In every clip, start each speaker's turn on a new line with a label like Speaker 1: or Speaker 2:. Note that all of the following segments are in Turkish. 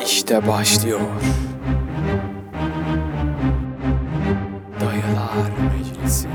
Speaker 1: İşte başlıyor. Dayılar Meclisi.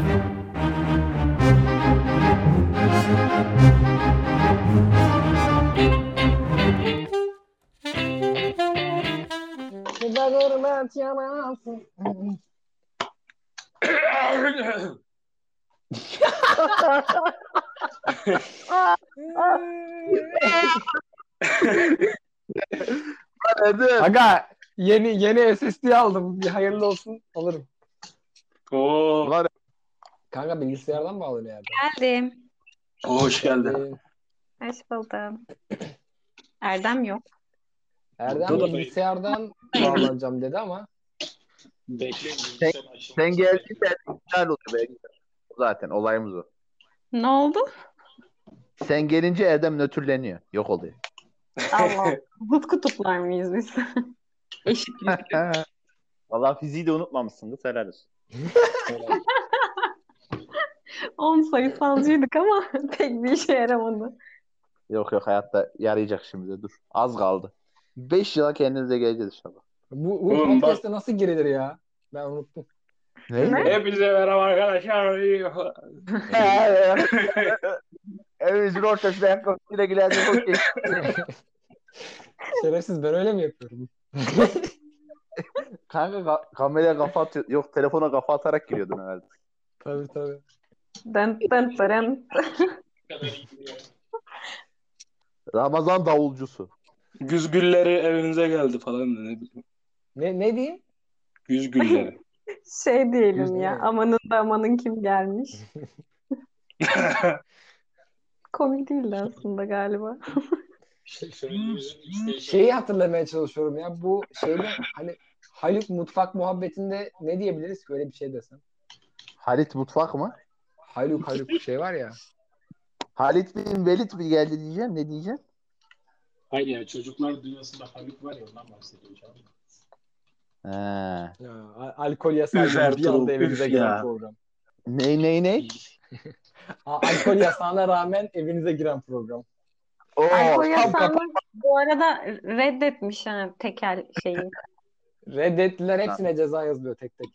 Speaker 2: Aga yeni SSD aldım. Bir hayırlı olsun alırım.
Speaker 3: Oo,
Speaker 4: Var
Speaker 2: Kanka bilgisayardan mı alıyorsun yerden?
Speaker 5: Geldim.
Speaker 3: hoş geldin.
Speaker 5: Hoş buldum. Erdem yok.
Speaker 2: Erdem
Speaker 3: Burada da
Speaker 2: bilgisayardan bağlanacağım dedi ama
Speaker 3: Bekleyin.
Speaker 4: sen geldiğinde iptal oluyor belki. Zaten olayımız o.
Speaker 5: Ne oldu?
Speaker 4: Sen gelince Erdem nötrleniyor. Yok oluyor.
Speaker 5: Allah. Zıt kutuplar mıyız biz? Eşitlik.
Speaker 4: Vallahi fiziği de unutmamışsındır. Helal olsun.
Speaker 5: 10 sayısalcıydık ama pek bir işe yaramadı.
Speaker 4: Yok hayatta yarayacak şimdi de dur. Az kaldı. 5 yıla kendinize geleceğiz inşallah.
Speaker 2: bu
Speaker 3: Oğlum
Speaker 2: podcast'e nasıl girilir ya? Ben unuttum.
Speaker 5: Ne?
Speaker 3: Hepinize merhaba arkadaşlar.
Speaker 4: Evimizin ortasında ayakkabısıyla giderdi.
Speaker 2: Şerefsiz ben öyle mi yapıyorum?
Speaker 4: Kanka kameraya kafa atıyor. Yok telefona kafa atarak giriyordun herhalde.
Speaker 2: Tabii.
Speaker 5: Dın dın dırın.
Speaker 4: Ramazan davulcusu.
Speaker 3: Güz gülleri evinize geldi falan da ne bileyim.
Speaker 2: Ne diyeyim?
Speaker 3: Güz gülleri.
Speaker 5: Şey diyelim
Speaker 2: Güzel.
Speaker 5: ya. Amanın da amanın kim gelmiş. Komik değildi aslında galiba.
Speaker 2: Şeyi hatırlamaya çalışıyorum ya. Bu şeyde hani Haluk mutfak muhabbetinde ne diyebiliriz ki öyle bir şey desem?
Speaker 4: Halit Mutfak mı?
Speaker 2: Haluk şey var ya.
Speaker 4: Halit bin Velid mi geldi diyeceğim. Ne diyeceğim?
Speaker 6: Hayır ya çocuklar dünyasında Haluk var ya ondan bahsediyor canım.
Speaker 4: He.
Speaker 2: Ya, alkol yasağı gibi bir
Speaker 3: Ertuğrul,
Speaker 2: anda evinize
Speaker 3: üf
Speaker 2: giren
Speaker 3: ya.
Speaker 2: program.
Speaker 4: Ne?
Speaker 2: Alkol yasağına rağmen evinize giren program.
Speaker 4: Oo,
Speaker 5: Alkol
Speaker 4: tam
Speaker 5: yasağını bu arada reddetmiş ha, tekel şeyi.
Speaker 2: Reddettiler, hepsine ceza yazılıyor tek tek.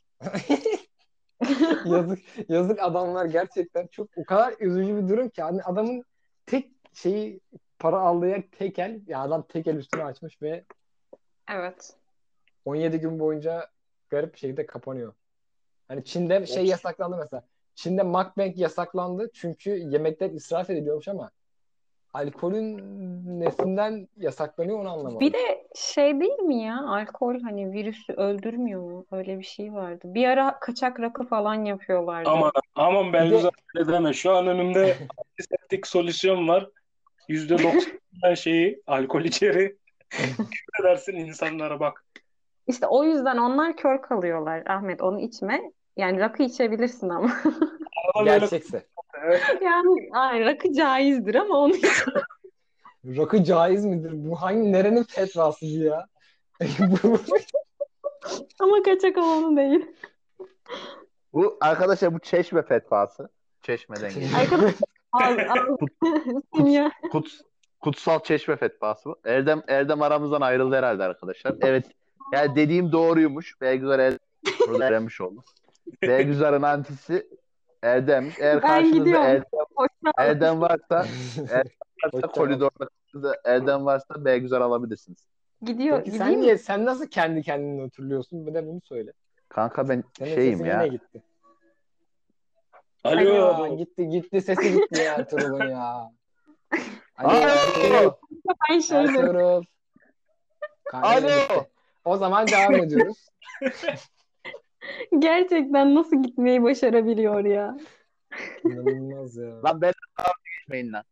Speaker 2: yazık adamlar gerçekten çok o kadar üzücü bir durum ki hani adamın tek şeyi para aldığı yer tekel. Ya adam tekel üstüne açmış ve
Speaker 5: Evet.
Speaker 2: 17 gün boyunca garip bir şekilde kapanıyor. Hani Çin'de şey yasaklandı mesela. Çin'de mukbang yasaklandı çünkü yemekler israf ediliyormuş ama alkolün nesinden yasaklanıyor onu anlamadım.
Speaker 5: Bir de şey değil mi ya? Alkol hani virüsü öldürmüyor mu? Öyle bir şey vardı. Bir ara kaçak rakı falan yapıyorlardı.
Speaker 3: Aman Belgüzar deme. Şu an önümde antiseptik solüsyon var. %90 şeyi alkol içeri. Küfür edersin insanlara bak.
Speaker 5: İşte o yüzden onlar kör kalıyorlar Ahmet. Onu içme. Yani rakı içebilirsin ama.
Speaker 3: Ama böyle
Speaker 2: Gerçekse.
Speaker 5: Yani ay, rakı caizdir ama onu
Speaker 2: Rakı caiz midir? Bu nerenin fetvası bu ya?
Speaker 5: ama kaçak olanı değil.
Speaker 4: Bu arkadaşlar bu Çeşme fetvası. Çeşmeden geliyor.
Speaker 5: Arkadaşlar simya.
Speaker 4: Kutsal Çeşme fetvası bu. Erdem aramızdan ayrıldı herhalde arkadaşlar. Evet. Yani dediğim doğruymuş. Belgüzar burada öğrenmiş oldu. Belgüzar'ın antisi Erdem'miş. Eğer
Speaker 5: Ben
Speaker 4: karşınızda
Speaker 5: gidiyorum. Hoşça
Speaker 4: Erdem varsa
Speaker 2: Hoşça
Speaker 4: koridorda Erdem varsa Belgüzar alabilirsiniz.
Speaker 5: gidiyor.
Speaker 2: Peki
Speaker 5: Gideyim.
Speaker 2: sen nasıl kendi kendini hatırlıyorsun? Bir de bunu söyle.
Speaker 4: Kanka ben
Speaker 2: Senin
Speaker 4: şeyim
Speaker 2: sesin
Speaker 4: ya.
Speaker 2: yine gitti.
Speaker 3: Alo.
Speaker 2: Ya, gitti sesi gitti ya Ertuğrul'un ya. Alo.
Speaker 4: Alo.
Speaker 5: Ben şeyleri.
Speaker 2: Ertuğrul. Kanka
Speaker 4: Alo.
Speaker 2: gitti. O zaman devam ediyoruz.
Speaker 5: Gerçekten nasıl gitmeyi başarabiliyor ya?
Speaker 2: İnanılmaz ya.
Speaker 4: Lan ben geçmeyin lan.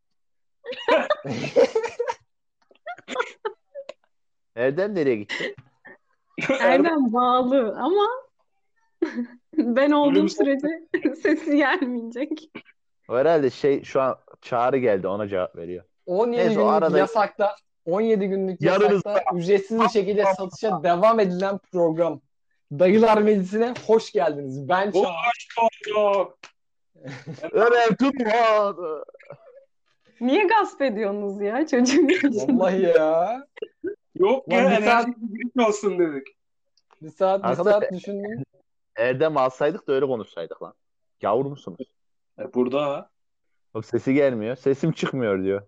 Speaker 4: Erdem nereye gitti?
Speaker 5: Erdem bağlı ama ben olduğum
Speaker 3: Ölüm
Speaker 5: sürece sesi gelmeyecek.
Speaker 4: O herhalde şu an çağrı geldi ona cevap veriyor.
Speaker 2: 17
Speaker 4: Neyse, o
Speaker 2: günlük
Speaker 4: arada-
Speaker 2: yasakta 17 günlük
Speaker 4: Yarınızda-
Speaker 2: yasakta ücretsiz bir şekilde satışa devam edilen program. Dayılar Meclisi'ne hoş geldiniz. Ben Çağ.
Speaker 3: Yok.
Speaker 4: Ömer tutma.
Speaker 5: Niye gasp ediyorsunuz ya çocuğun için?
Speaker 2: Vallahi ya.
Speaker 3: Yok
Speaker 2: Lan
Speaker 3: ya,
Speaker 2: bir saat-
Speaker 3: enerji bir olsun dedik.
Speaker 2: Bir saat
Speaker 4: Arkadaşlar-
Speaker 2: düşündüm.
Speaker 4: Erdem alsaydık da öyle konuşsaydık lan. Gavur musunuz?
Speaker 3: Burada.
Speaker 4: Bak sesi gelmiyor. Sesim çıkmıyor diyor.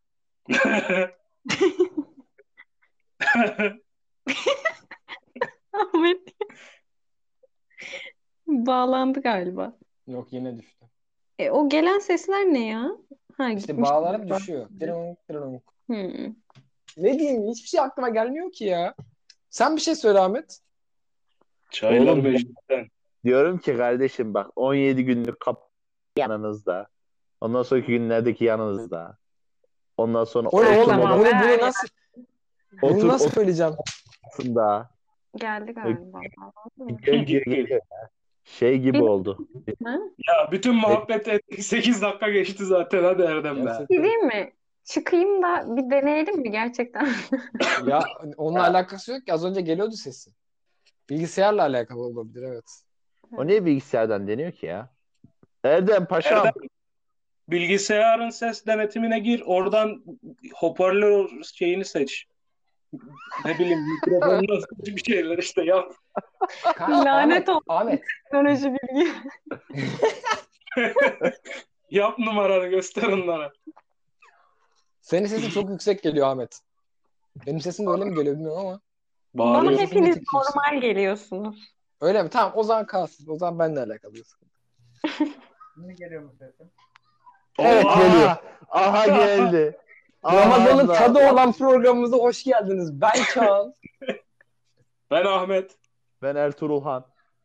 Speaker 5: Ahmet bağlandı galiba.
Speaker 2: Yok, yine düştü.
Speaker 5: O gelen sesler ne ya? Ha,
Speaker 2: İşte
Speaker 5: gitmiş
Speaker 2: bağlar hep
Speaker 5: galiba.
Speaker 2: düşüyor. Dırınk, dırınk.
Speaker 5: Hmm.
Speaker 2: Ne diyeyim? Hiçbir şey aklıma gelmiyor ki ya. Sen bir şey söyle Ahmet.
Speaker 3: Çaylar
Speaker 4: Oğlum,
Speaker 3: meclisten.
Speaker 4: Diyorum ki kardeşim bak 17 günlük yanınızda. Ondan sonraki günlerdeki yanınızda. Ondan sonra
Speaker 2: O ne oğlum?
Speaker 5: Tamam,
Speaker 2: Bunu
Speaker 5: yani.
Speaker 2: nasıl bunu nasıl söyleyeceğim?
Speaker 4: oturmasında
Speaker 5: Geldi galiba.
Speaker 4: şey gibi oldu.
Speaker 3: Ya bütün muhabbet ettik. 8 dakika geçti zaten, hadi Erdem be.
Speaker 2: Gerçekten.
Speaker 5: Değil mi? Çıkayım da bir deneyelim mi gerçekten?
Speaker 2: Ya onunla alakası yok ki. Az önce geliyordu sesi. Bilgisayarla alakalı olabilir, evet.
Speaker 4: O niye bilgisayardan deniyor ki ya? Erdem Paşam.
Speaker 3: Erdem, bilgisayarın ses denetimine gir. Oradan hoparlör şeyini seç. Ne bileyim, mikrofonla seç bir şeyler işte yap.
Speaker 5: Lanet olsun.
Speaker 2: Ahmet.
Speaker 5: Teknoloji bilgi.
Speaker 3: Yap numaranı, göster onlara.
Speaker 2: Senin sesin çok yüksek geliyor Ahmet. Benim sesim de öyle mi geliyor bilmiyorum ama.
Speaker 5: Bana
Speaker 3: Bağırıyor.
Speaker 5: hepiniz
Speaker 2: Sesim bir tık
Speaker 5: normal geliyorsunuz.
Speaker 2: Öyle mi? Tamam, o zaman kalsın. O zaman benimle alakalı.
Speaker 7: Şimdi geliyor mu sesim?
Speaker 2: Evet,
Speaker 3: Oha!
Speaker 2: geliyor.
Speaker 4: Aha geldi.
Speaker 2: Ramazan'ın
Speaker 4: Allah.
Speaker 2: tadı olan programımıza hoş geldiniz. Ben Çağan.
Speaker 3: Ben Ahmet.
Speaker 4: Ben Ertuğrul.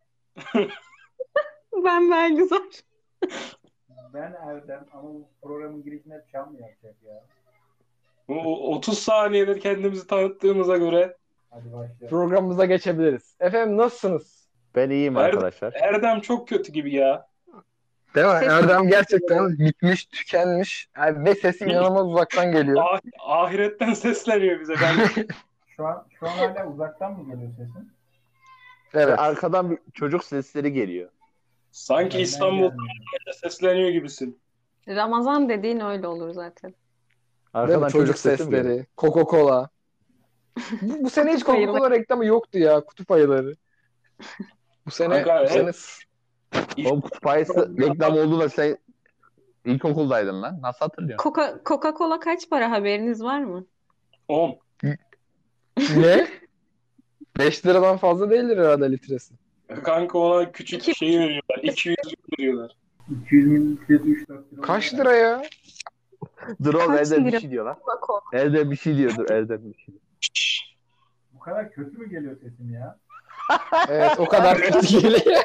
Speaker 5: Ben Belgüzar.
Speaker 7: Ben Erdem ama bu programın girişine hep Çam mı yapacak ya?
Speaker 3: 30 saniyedir kendimizi tanıttığımıza göre
Speaker 7: Hadi başlayalım.
Speaker 2: Programımıza geçebiliriz. Efendim, nasılsınız?
Speaker 4: Ben iyiyim arkadaşlar.
Speaker 3: Erdem çok kötü gibi ya.
Speaker 2: Değil mi?
Speaker 5: Sesim-
Speaker 2: Erdem gerçekten bitmiş, tükenmiş. Yani ve sesi inanılmaz uzaktan geliyor.
Speaker 3: Ahiretten sesleniyor bize. Ben
Speaker 7: Şu an hala uzaktan mı geliyor sesin?
Speaker 2: Evet.
Speaker 4: Ve arkadan bir çocuk sesleri geliyor.
Speaker 3: sanki
Speaker 7: Benden
Speaker 3: İstanbul'da
Speaker 7: gelmiyor.
Speaker 3: sesleniyor gibisin.
Speaker 5: Ramazan dediğin öyle olur zaten.
Speaker 2: Değil
Speaker 4: Arkadan
Speaker 2: mi? Çocuk
Speaker 4: sesi mi geliyor?
Speaker 2: sesleri, Coca-Cola. Bu sene hiç Coca-Cola reklamı yoktu ya, kutup ayıları. Bu sene,
Speaker 3: Kanka,
Speaker 2: bu sene
Speaker 4: O kutup ayısı reklam oldu da sen ilkokuldaydın lan. Nasıl hatırlıyorsun?
Speaker 5: Coca-Cola kaç para, haberiniz var mı?
Speaker 3: 10.
Speaker 2: ne? 5 liradan fazla değildir herhalde litresi.
Speaker 3: Kanka ona küçük
Speaker 5: İki-
Speaker 3: şey veriyorlar. 200 veriyorlar.
Speaker 7: 200 mililitresi 3-4 kilo.
Speaker 2: Kaç lira ya?
Speaker 4: Dur oğlum
Speaker 5: Kaç
Speaker 4: Erdem bir
Speaker 5: lira?
Speaker 4: şey diyor lan.
Speaker 5: Coca-Cola.
Speaker 4: Erdem bir şey diyor. Dur Erdem bir şey diyor.
Speaker 7: Bu kadar kötü mü geliyor sesim ya?
Speaker 2: Evet, o kadar kötü geliyor.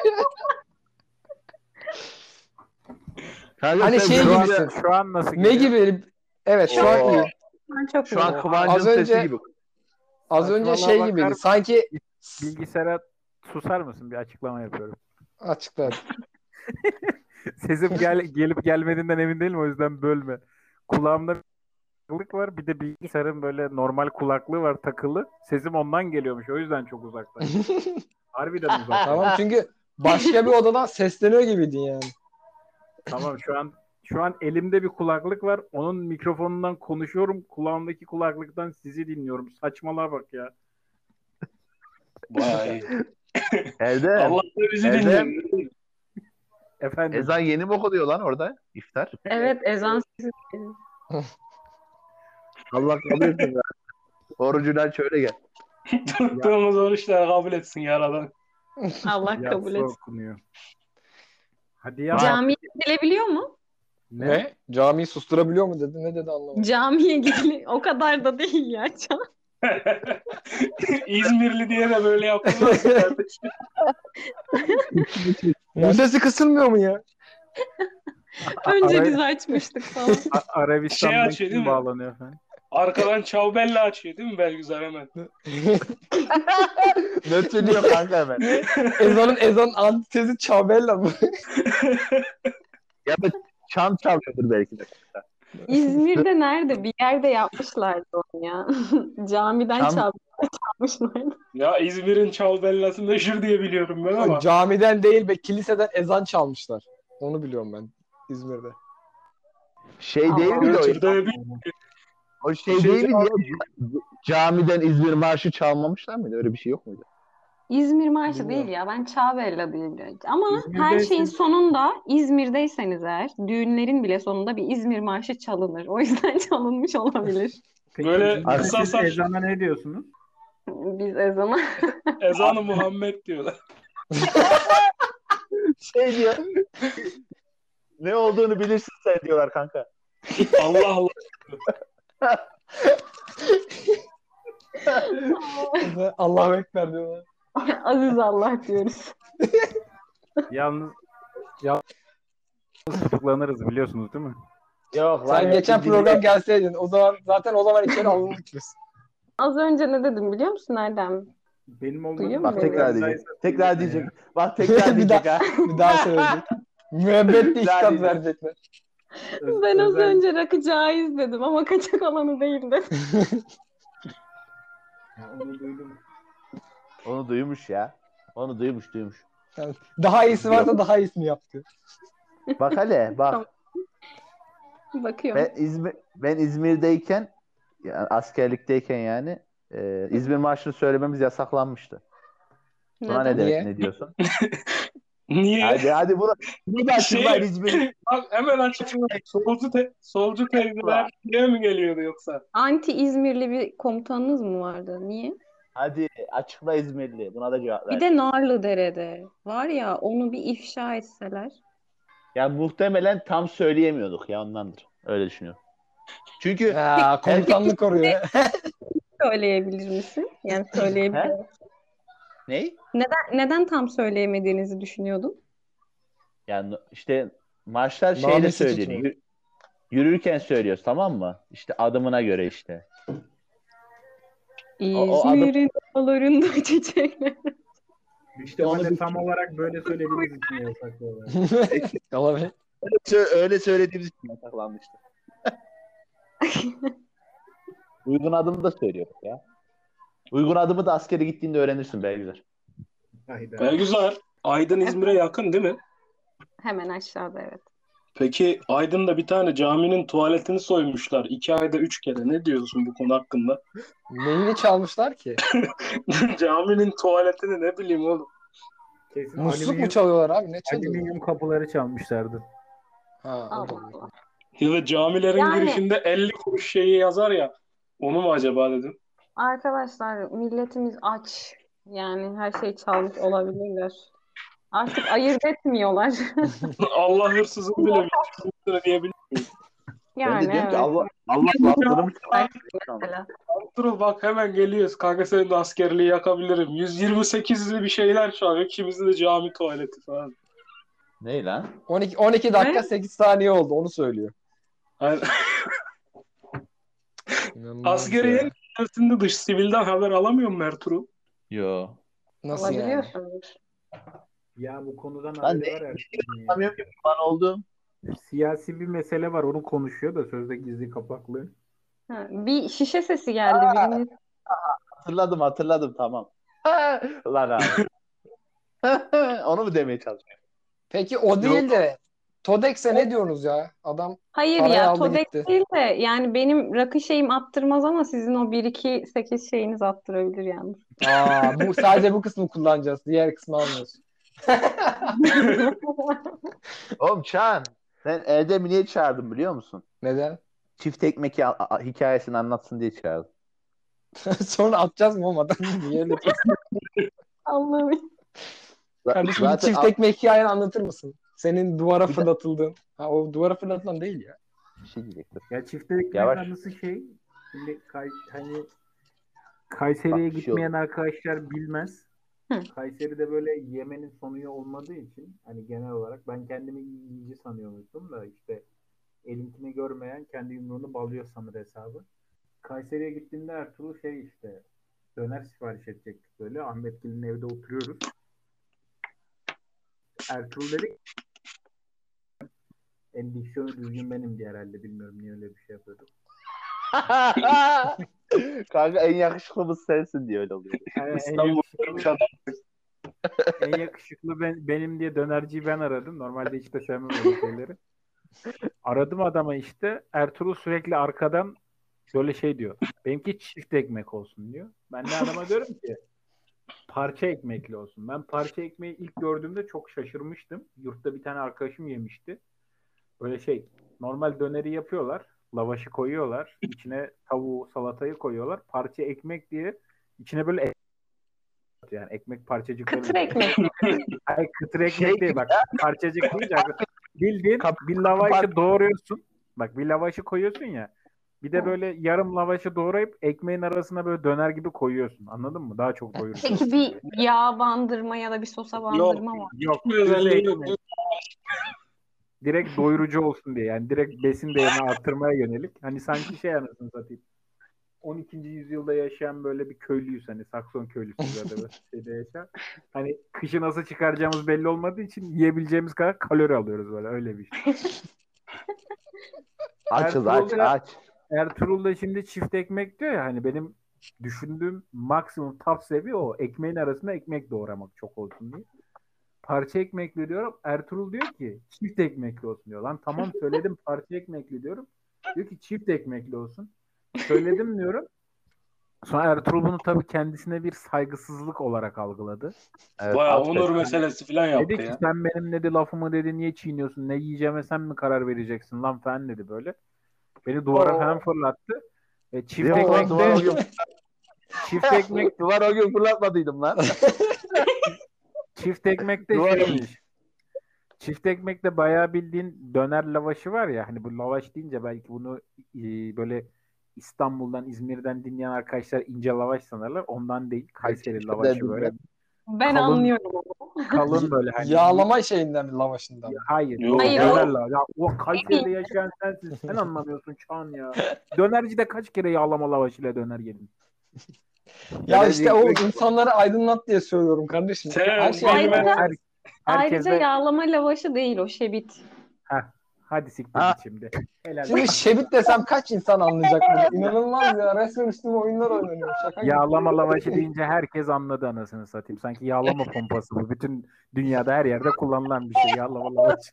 Speaker 4: Kanka
Speaker 2: Hani
Speaker 4: sen
Speaker 2: şey
Speaker 4: şu an-
Speaker 2: gibisin.
Speaker 6: Şu an nasıl
Speaker 2: Ne
Speaker 6: gidiyor?
Speaker 2: gibi? Evet, şu an
Speaker 4: Oo.
Speaker 2: iyi.
Speaker 5: Ben çok
Speaker 4: Şu an
Speaker 5: iyiyim.
Speaker 4: Kıvancı'nın
Speaker 2: Az önce-
Speaker 4: sesi gibi.
Speaker 2: Az önce
Speaker 6: Saçmalığa
Speaker 2: şey
Speaker 6: bakar
Speaker 2: gibiydi.
Speaker 6: mısın?
Speaker 2: Sanki
Speaker 6: Bilgisayara susar mısın? Bir açıklama yapıyorum.
Speaker 2: açıkladı.
Speaker 6: Sesim gelip gelmediğinden emin değilim, o yüzden bölme. Kulağımda bir kulaklık var, bir de bilgisayarın böyle normal kulaklığı var takılı. Sesim ondan geliyormuş, o yüzden çok uzaktan. Harbiden uzaktan.
Speaker 2: Tamam, çünkü başka bir odadan sesleniyor gibiydin yani.
Speaker 6: Tamam, şu an elimde bir kulaklık var. Onun mikrofonundan konuşuyorum. Kulağımdaki kulaklıktan sizi dinliyorum. Saçmalığa bak ya.
Speaker 3: Bayağı iyi.
Speaker 4: Erdem.
Speaker 3: Allah da bizi
Speaker 4: Erdem.
Speaker 3: dinliyor.
Speaker 6: Efendim.
Speaker 4: Ezan yeni mi okunuyor lan orada? İftar.
Speaker 5: Evet, ezan sesi.
Speaker 4: Allah kabul etsin ya. Orucundan şöyle gel.
Speaker 3: Tuttuğumuz oruçları kabul etsin yaradan.
Speaker 5: Allah
Speaker 6: Yatsı
Speaker 5: kabul etsin.
Speaker 6: okunuyor. Hadi ya.
Speaker 5: Camiye gidilebiliyor mu?
Speaker 2: Ne? Camiyi susturabiliyor mu dedi? Ne dedi anlamadım.
Speaker 5: Camiye gidile o kadar da değil ya.
Speaker 3: İzmirli diye de böyle yapılmaz kardeşim.
Speaker 2: Bu sesi kısılmıyor mu ya?
Speaker 5: Önce
Speaker 6: Ara-
Speaker 5: biz açmıştık falan.
Speaker 6: Arabistan'dan
Speaker 3: Şey açıyor, değil
Speaker 6: kim
Speaker 3: mi?
Speaker 6: bağlanıyor efendim?
Speaker 3: Arkadan Çavbella açıyor değil mi Belgüzar hemen?
Speaker 4: Ne söylüyor kanka hemen?
Speaker 2: ezanın antitezi Çavbella mı?
Speaker 4: Ya da çan çalıyordur belki de.
Speaker 5: İzmir'de nerede? Bir yerde yapmışlardı onu ya. Camiden
Speaker 4: Tam-
Speaker 5: çalmışlardı.
Speaker 3: Ya İzmir'in Çavbella'sı meşhur diye biliyorum ben ama.
Speaker 2: Camiden değil be, kiliseden ezan çalmışlar. Onu biliyorum ben İzmir'de.
Speaker 4: Şey değil miydi o?
Speaker 3: Götürde bir
Speaker 4: O şey
Speaker 3: Bir
Speaker 4: değil
Speaker 3: şey
Speaker 4: mi ya? Camiden İzmir Marşı çalmamışlar mıydı? Öyle bir şey yok muydu?
Speaker 5: İzmir Marşı
Speaker 2: Bilmiyorum.
Speaker 5: değil ya. Ben Çağbella diye biliyorum. Ama her
Speaker 6: İzmir'de
Speaker 5: şeyin
Speaker 6: siz-
Speaker 5: sonunda İzmir'deyseniz eğer düğünlerin bile sonunda bir İzmir Marşı çalınır. O yüzden çalınmış olabilir.
Speaker 6: Peki
Speaker 3: Böyle
Speaker 6: İzmir'de
Speaker 3: kısa
Speaker 6: siz
Speaker 3: saç
Speaker 6: ezana ne diyorsunuz?
Speaker 5: Biz ezana.
Speaker 3: ezanı Muhammed diyorlar.
Speaker 4: Şey diyor. Ne olduğunu bilirsin sen diyorlar kanka.
Speaker 3: Allah Allah.
Speaker 2: Allahu Ekber diyorlar.
Speaker 5: Aziz Allah diyoruz.
Speaker 6: Yalnız tutuklanırız biliyorsunuz değil mi?
Speaker 4: Yok
Speaker 2: Sen geçen program gelseydin o zaman içeri alındık biz.
Speaker 5: Az önce ne dedim biliyor musun Erdem?
Speaker 6: Benim
Speaker 5: Duyuyor
Speaker 6: olmadığım
Speaker 5: musun?
Speaker 4: Bak tekrar diyecek.
Speaker 6: programdaysa-
Speaker 4: Tekrar diyecek. Bak tekrar
Speaker 2: bir,
Speaker 4: diyecek ha.
Speaker 2: daha, bir daha söyleyecek. Müebbetli iştat
Speaker 4: diyecek.
Speaker 2: verecekler.
Speaker 5: Ben az
Speaker 6: özel-
Speaker 5: önce rakı caiz dedim ama kaçak alanı değil dedim.
Speaker 6: Ya, onu duydum.
Speaker 4: Onu duymuş ya. Onu duymuş.
Speaker 2: Yani daha iyisi varsa daha iyisini yaptı.
Speaker 4: Bak hele bak.
Speaker 5: Bakıyorum.
Speaker 4: Ben İzmir'deyken yani askerlikteyken yani İzmir Marşı'nı söylememiz yasaklanmıştı. Buna
Speaker 5: Neden?
Speaker 2: Niye?
Speaker 4: ne diyorsun?
Speaker 3: Niye?
Speaker 4: Hadi bunu da açıklayın İzmir.
Speaker 3: Bak hemen açıkla. Solcu teyzeler diye mi geliyordu yoksa?
Speaker 5: Anti İzmirli bir komutanınız mı vardı? Niye?
Speaker 4: Hadi açıkla İzmirli. Buna da cevap ver.
Speaker 5: Bir de Narlıdere'de. Var ya onu bir ifşa etseler.
Speaker 4: Ya muhtemelen tam söyleyemiyorduk ya ondandır. Öyle düşünüyorum. Çünkü
Speaker 2: Ya komutanlık koruyor.
Speaker 5: Söyleyebilir misin? Yani söyleyebilir.
Speaker 4: He? ne?
Speaker 5: Neden tam söyleyemediğinizi düşünüyordun?
Speaker 4: Yani işte marşlar şeyle
Speaker 2: Namesi
Speaker 4: söyleniyor.
Speaker 2: tutmuyor.
Speaker 4: Yürürken söylüyoruz tamam mı? İşte adımına göre işte. o adım-
Speaker 5: İzmir'in dağlarında çiçekler.
Speaker 4: İşte onu
Speaker 6: İşte
Speaker 4: bir-
Speaker 6: tam olarak böyle söylediğiniz için yasaklıyorlar.
Speaker 2: Olabilir.
Speaker 4: öyle söylediğimiz için yasaklanmıştı. Uygun adımı da söylüyoruz ya. Uygun adımı da askere gittiğinde öğrenirsin Belgüzer.
Speaker 6: Hayda.
Speaker 3: Güzel. Aydın İzmir'e yakın değil mi?
Speaker 5: Hemen aşağıda evet.
Speaker 3: Peki Aydın'da bir tane caminin tuvaletini soymuşlar. 2 ayda 3 kere. Ne diyorsun bu konu hakkında?
Speaker 2: Neyini çalmışlar ki?
Speaker 3: Caminin tuvaletini ne bileyim oğlum.
Speaker 6: Kesin
Speaker 2: Musluk mu çalıyorlar abi? Ne çalıyorlar?
Speaker 6: alüminyum kapıları çalmışlardı.
Speaker 2: Ha,
Speaker 5: Allah
Speaker 2: olabilir.
Speaker 5: Allah.
Speaker 3: Ya da camilerin
Speaker 5: Yani-
Speaker 3: girişinde 50 kuruş şeyi yazar ya. Onu mu acaba dedim.
Speaker 5: Arkadaşlar milletimiz aç. Yani her şey çalmış olabilirler. Artık ayırt etmiyorlar.
Speaker 3: Allah hırsızın bile bir hırsızı diyebilir.
Speaker 4: Ben
Speaker 5: Yani
Speaker 4: de diyorum ki
Speaker 5: evet.
Speaker 4: Allah bastırmış.
Speaker 5: Mesela.
Speaker 3: Dur bak hemen geliyoruz. Kanka senin de askerliği yakabilirim. 128'li bir şeyler şu an. İkimizin de cami tuvaleti falan.
Speaker 4: Ne lan?
Speaker 2: 12 dakika
Speaker 5: Ne?
Speaker 2: 8 saniye oldu onu söylüyor.
Speaker 3: Yani
Speaker 2: İnanılmaz
Speaker 3: askeriyenin
Speaker 2: ya.
Speaker 3: içerisinde dış sivilden haber alamıyor mu Ertuğrul?
Speaker 4: Yo.
Speaker 2: Nasıl yani?
Speaker 5: Olabiliyorsunuz.
Speaker 6: Ya bu konudan
Speaker 4: Ben
Speaker 6: haberi
Speaker 4: de
Speaker 6: var ya.
Speaker 4: anlamıyorum ki lan oldu.
Speaker 6: Siyasi bir mesele var. Onu konuşuyor da sözde gizli kapaklı.
Speaker 5: Ha, bir şişe sesi geldi. Biriniz
Speaker 4: Hatırladım tamam. Lan abi. Onu mu demeye çalışıyorsun?
Speaker 2: Peki o değil de Todex'e ne diyorsunuz ya? Adam
Speaker 5: hayır
Speaker 2: Parayı
Speaker 5: ya
Speaker 2: aldı
Speaker 5: Todex
Speaker 2: gitti.
Speaker 5: değil de yani benim rakı şeyim attırmaz ama sizin o 1-2-8 şeyiniz attırabilir yalnız.
Speaker 2: sadece bu kısmı kullanacağız. Diğer kısmı almıyoruz.
Speaker 4: Oğlum Çağan sen Erdem'i niye çağırdın biliyor musun?
Speaker 2: Neden?
Speaker 4: Çift ekmek hikayesini anlatsın diye çağırdım.
Speaker 2: Sonra atacağız mı oğlum adam? Niye öyle yapıyorsun?
Speaker 5: Allah'ım.
Speaker 2: Kardeşim bir çift ekmek hikayeni anlatır mısın? Senin duvara fırlatıldığın. Ha, o duvara fırlatılan değil ya.
Speaker 4: Bir şey diyecektim.
Speaker 6: Ya çift ekmek
Speaker 4: Yavaş.
Speaker 6: anısı şey. Şimdi hani Kayseri'ye
Speaker 4: Bak, bir şey
Speaker 6: gitmeyen arkadaşlar bilmez.
Speaker 5: Hı.
Speaker 6: Kayseri'de böyle yemenin sonu olmadığı için hani genel olarak ben kendimi yiyici sanıyormuşum da işte elinkini görmeyen kendi yumruğunu balıyor sanır hesabı. Kayseri'ye gittiğimde Ertuğrul şey işte döner sipariş edecektik böyle. Ahmetgil'in evde oturuyoruz. Ertuğrul dedi ki, diksiyonu düzgün benim diye herhalde bilmiyorum niye öyle bir şey yapıyordum.
Speaker 4: Kanka en yakışıklımız sensin diye öyle oluyor.
Speaker 6: En yakışıklı benim diye dönerciyi ben aradım. Normalde hiç de sevmem öyle şeyleri. Aradım adama işte. Ertuğrul sürekli arkadan Böyle şey diyor. Benimki çift ekmek olsun diyor. Ben de adama diyorum ki parça ekmekli olsun. Ben parça ekmeği ilk gördüğümde çok şaşırmıştım. Yurtta bir tane arkadaşım yemişti. Böyle şey normal döneri yapıyorlar. Lavaşı koyuyorlar. İçine tavuğu, salatayı koyuyorlar. Parça ekmek diye içine böyle yani ekmek parçacıkları.
Speaker 5: Kıtır ekmek.
Speaker 6: Hayır, kıtır ekmek değil bak. Parçacık değil. Bildiğin
Speaker 4: Kap-
Speaker 6: bir lavaşı doğruyorsun. Bak bir lavaşı koyuyorsun ya. Bir de böyle yarım lavaşı doğrayıp ekmeğin arasına böyle döner gibi koyuyorsun. Anladın mı? Daha çok doyurucu.
Speaker 5: Peki bir yağ bandırma ya da bir sosa bandırma var.
Speaker 6: Yok.
Speaker 3: Bir
Speaker 6: düz
Speaker 3: özelliği yok.
Speaker 6: ekmek. Direkt doyurucu olsun diye. Yani direkt besin değerini arttırmaya yönelik. Hani sanki şey anasını satayım. 12. yüzyılda yaşayan böyle bir köylüyüz hani Sakson köylüsü böyle şeyde yaşayan. Hani kışı nasıl çıkaracağımız belli olmadığı için yiyebileceğimiz kadar kalori alıyoruz böyle öyle bir şey.
Speaker 4: Açız
Speaker 6: Ertuğrul'da-
Speaker 4: aç.
Speaker 6: Ertuğrul'da şimdi çift ekmek diyor ya hani benim düşündüğüm maksimum top seviye o. Ekmeğin arasında ekmek doğramak çok olsun diye. Parça ekmekli diyorum. Ertuğrul diyor ki çift ekmekli olsun diyor. Lan tamam söyledim parça ekmekli diyorum. Diyor ki çift ekmekli olsun. Söyledim diyorum. Sonra Ertuğrul bunu tabii kendisine bir saygısızlık olarak algıladı.
Speaker 4: Evet,
Speaker 3: Bayağı
Speaker 4: affet.
Speaker 3: onur meselesi falan yaptı
Speaker 6: Dedi ki
Speaker 3: ya.
Speaker 6: sen benim dedi lafımı dedi niye çiğniyorsun? Ne yiyeceğime sen mi karar vereceksin lan falan dedi böyle. Beni duvara
Speaker 2: Oo.
Speaker 6: falan fırlattı. Çift
Speaker 4: Yok lan, duvar o
Speaker 6: ekmekte
Speaker 4: gün,
Speaker 6: çift ekmek
Speaker 4: duvar o gün fırlatmadıydım lan.
Speaker 6: çift ekmekte
Speaker 4: Duvar
Speaker 6: şeymiş. Çift ekmekte bayağı bildiğin döner lavaşı var ya hani bu lavaş deyince belki bunu böyle İstanbul'dan, İzmir'den dinleyen arkadaşlar ince lavaş sanırlar. Ondan değil. Kayseri lavaşı böyle.
Speaker 5: Ben
Speaker 6: Kalın-
Speaker 5: anlıyorum onu.
Speaker 6: Kalın böyle hani.
Speaker 2: Yağlama şeyinden mi, lavaşından mı?
Speaker 6: Hayır.
Speaker 3: Yok.
Speaker 5: Hayır,
Speaker 6: Döner
Speaker 5: o-
Speaker 6: lavaş. Ya, o Kayseri'de yaşayan sensin. Sen anlamıyorsun Çağan ya. Dönercide kaç kere yağlama lavaşıyla döner yedin?
Speaker 2: Ya
Speaker 4: Böyle
Speaker 2: işte o
Speaker 4: ekmek-
Speaker 2: insanları aydınlat diye söylüyorum kardeşim.
Speaker 3: Sen
Speaker 2: Her şey
Speaker 5: Ayrıca-
Speaker 2: aydınlat.
Speaker 5: Ayrıca yağlama lavaşı değil o şebit.
Speaker 6: Hadi siktir
Speaker 4: Ha.
Speaker 6: git şimdi. Helal.
Speaker 2: Şimdi şebit desem kaç insan anlayacak bunu? İnanılmaz ya. Resmen üstüme oyunlar oynanıyor. Şaka gibi.
Speaker 6: Yağlama lavaşı deyince herkes anladı anasını satayım. Sanki yağlama pompası bu. Bütün dünyada her yerde kullanılan bir şey. Yağlama lavaşı.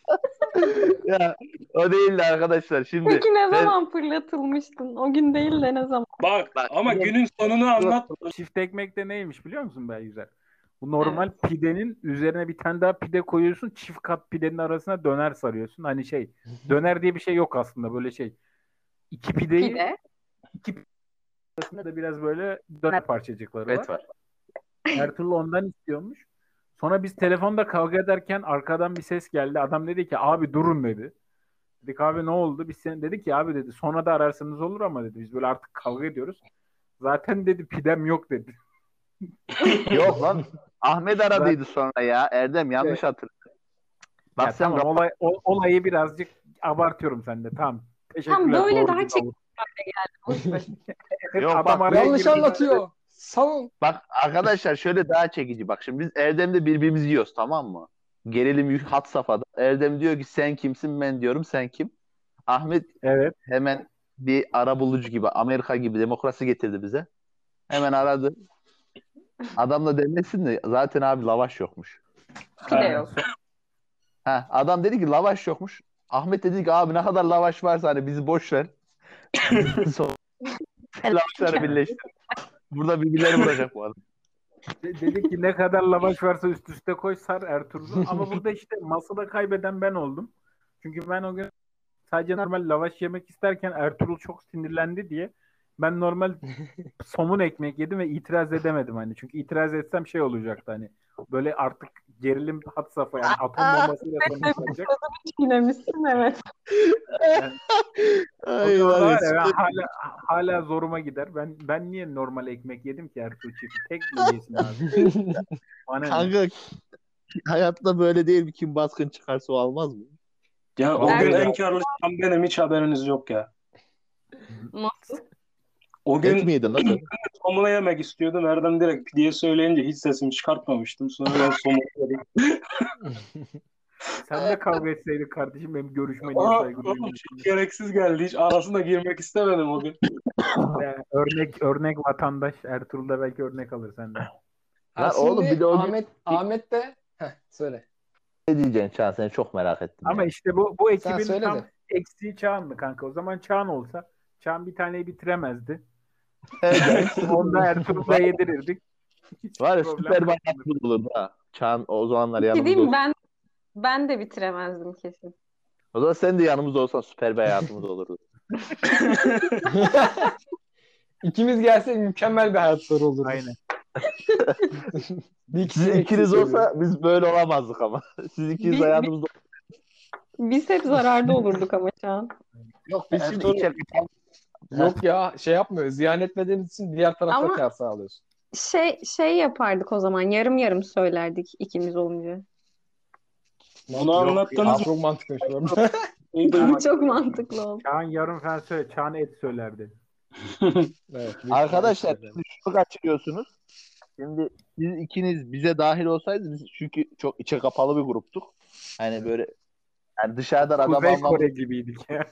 Speaker 4: Ya, o değildi arkadaşlar. Şimdi
Speaker 5: Peki ne
Speaker 4: ben-
Speaker 5: zaman fırlatılmıştın? O gün değil de ne zaman?
Speaker 3: Bak
Speaker 4: Bak,
Speaker 3: ama
Speaker 4: bu-
Speaker 3: günün sonunu anlat.
Speaker 6: Çift ekmek de neymiş biliyor musun Güzel? Bu normal pidenin üzerine bir tane daha pide koyuyorsun. Çift kat pidenin arasına döner sarıyorsun. Hani şey döner diye bir şey yok aslında böyle şey. İki pideyi
Speaker 5: Pide.
Speaker 6: iki pide arasında da biraz böyle döner parçacıkları var.
Speaker 4: Evet var.
Speaker 6: Ertuğrul ondan istiyormuş. Sonra biz telefonda kavga ederken arkadan bir ses geldi. Adam dedi ki abi durun dedi. Dedik abi ne oldu? Biz sen dedi ki abi dedi sonra da ararsanız olur ama dedi. Biz böyle artık kavga ediyoruz. Zaten dedi pidem yok dedi.
Speaker 4: Yok lan. Ahmet aradıydı sonra ya. Erdem yanlış hatırladın. Bak
Speaker 6: Ya
Speaker 4: sen
Speaker 6: tamam olayı birazcık abartıyorum sende. Tamam. Teşekkürler.
Speaker 5: Tamam, böyle
Speaker 6: doğru
Speaker 5: daha
Speaker 6: bir tavır.
Speaker 5: Boş ver.
Speaker 4: Yok,
Speaker 6: Adam
Speaker 4: bak,
Speaker 6: araya
Speaker 2: Yanlış
Speaker 6: girdi.
Speaker 2: anlatıyor. Savun.
Speaker 4: Bak arkadaşlar şöyle daha çekici. Bak şimdi biz Erdem'le birbirimizi yiyoruz, tamam mı? Gerilim had safhada. Erdem diyor ki sen kimsin, ben diyorum sen kim? Ahmet
Speaker 6: Evet.
Speaker 4: hemen bir arabulucu gibi, Amerika gibi demokrasi getirdi bize. Hemen aradı. Adam da demesin de zaten abi lavaş yokmuş.
Speaker 5: Pide yok.
Speaker 4: Ha, adam dedi ki lavaş yokmuş. Ahmet dedi ki abi ne kadar lavaş varsa hani bizi boş ver. Sonra lavaşları birleştir. Burada birbirleri vuracak bu adam.
Speaker 6: Dedik ki ne kadar lavaş varsa üst üste koy sar Ertuğrul'u. Ama burada işte masada kaybeden ben oldum. Çünkü ben o gün sadece normal lavaş yemek isterken Ertuğrul çok sinirlendi diye ben normal somun ekmek yedim ve itiraz edemedim hani. Çünkü itiraz etsem şey olacaktı hani. Böyle artık gerilim had safhaya yani atom bombasıyla sonuçlanacak.
Speaker 5: Çiğnemişsin, evet.
Speaker 4: Ay,
Speaker 6: O da
Speaker 4: var
Speaker 6: var
Speaker 4: ya,
Speaker 6: ya, ben hala zoruma gider. Ben niye normal ekmek yedim ki Ertuğrul çift? Tek mi yesin abi? Bana ne?
Speaker 4: kanka hayatta böyle değil mi? Kim baskın çıkarsa o almaz mı?
Speaker 3: Ya o
Speaker 6: Vallahi
Speaker 3: gün
Speaker 6: ya.
Speaker 3: en karlı çıkan benim, hiç haberiniz yok ya.
Speaker 5: Nasıl?
Speaker 3: O
Speaker 4: Et
Speaker 3: gün
Speaker 4: mi yedin lan sen?
Speaker 3: somunu yemek istiyordum. Erdem direkt pideye söyleyince hiç sesimi çıkartmamıştım. Sonra ben somunu yedim.
Speaker 6: Sen de kavga etseydin kardeşim benim görüşme niye
Speaker 3: Aa,
Speaker 6: saygı
Speaker 3: oğlum,
Speaker 6: duyuyorsun?
Speaker 3: çok gereksiz geldi. Hiç arasına girmek istemedim o gün.
Speaker 6: Örnek vatandaş Ertuğrul da belki örnek alır senden.
Speaker 4: Lan oğlum, bir de o gün-
Speaker 2: Ahmet de söyle.
Speaker 4: Ne diyeceksin Çağan, seni çok merak ettim.
Speaker 6: Ama
Speaker 4: ya.
Speaker 6: işte bu
Speaker 2: Sen
Speaker 6: ekibin
Speaker 2: söyle
Speaker 6: tam
Speaker 2: de.
Speaker 6: eksiği Çağan mı kanka? O zaman Çağan olsa Çağan bir taneyi bitiremezdi.
Speaker 4: Evet.
Speaker 6: Onda Ertuğrul'a yedirirdik. Hiç
Speaker 4: Var ya
Speaker 6: problem
Speaker 4: süper
Speaker 6: yok.
Speaker 4: bayatımız olurdu ha. Çağan o zamanlar
Speaker 5: Bir şey
Speaker 4: yanımızda
Speaker 5: diyeyim mi?
Speaker 4: olsun.
Speaker 5: Ben de bitiremezdim kesin.
Speaker 4: O zaman sen de yanımızda olsan süper bir hayatımız olurdu.
Speaker 2: İkimiz gelsek mükemmel bir hayatları olur.
Speaker 6: Aynen.
Speaker 2: Bir
Speaker 4: Siz
Speaker 2: kişi
Speaker 4: ikiniz
Speaker 2: eksik
Speaker 4: olsa biz böyle olamazdık ama. Siz ikiniz
Speaker 5: Biz-
Speaker 4: hayatımızda
Speaker 5: Biz hep zararda olurduk ama şu an.
Speaker 2: Yok biz şimdi
Speaker 4: Ertuğrul-
Speaker 2: yok ya şey yapmıyoruz. Ziyan etmediğimiz için diğer tarafta
Speaker 5: Ama-
Speaker 2: kar sağlıyoruz.
Speaker 5: Şey yapardık o zaman. Yarım yarım söylerdik ikimiz olunca.
Speaker 3: Bunu anlattınız mı?
Speaker 2: Çok mantıklıymış bu arada.
Speaker 5: Bu çok mantıklı oldu.
Speaker 6: Çağan yarım fen söyle. Çağan et söylerdi.
Speaker 2: Evet,
Speaker 4: Arkadaşlar siz şunu kaçırıyorsunuz. Şimdi siz ikiniz bize dahil olsaydınız biz çünkü çok içe kapalı bir gruptuk. Hani böyle yani dışarıdan adam
Speaker 6: Kuzey
Speaker 4: almam.
Speaker 6: Kore gibiydik ya.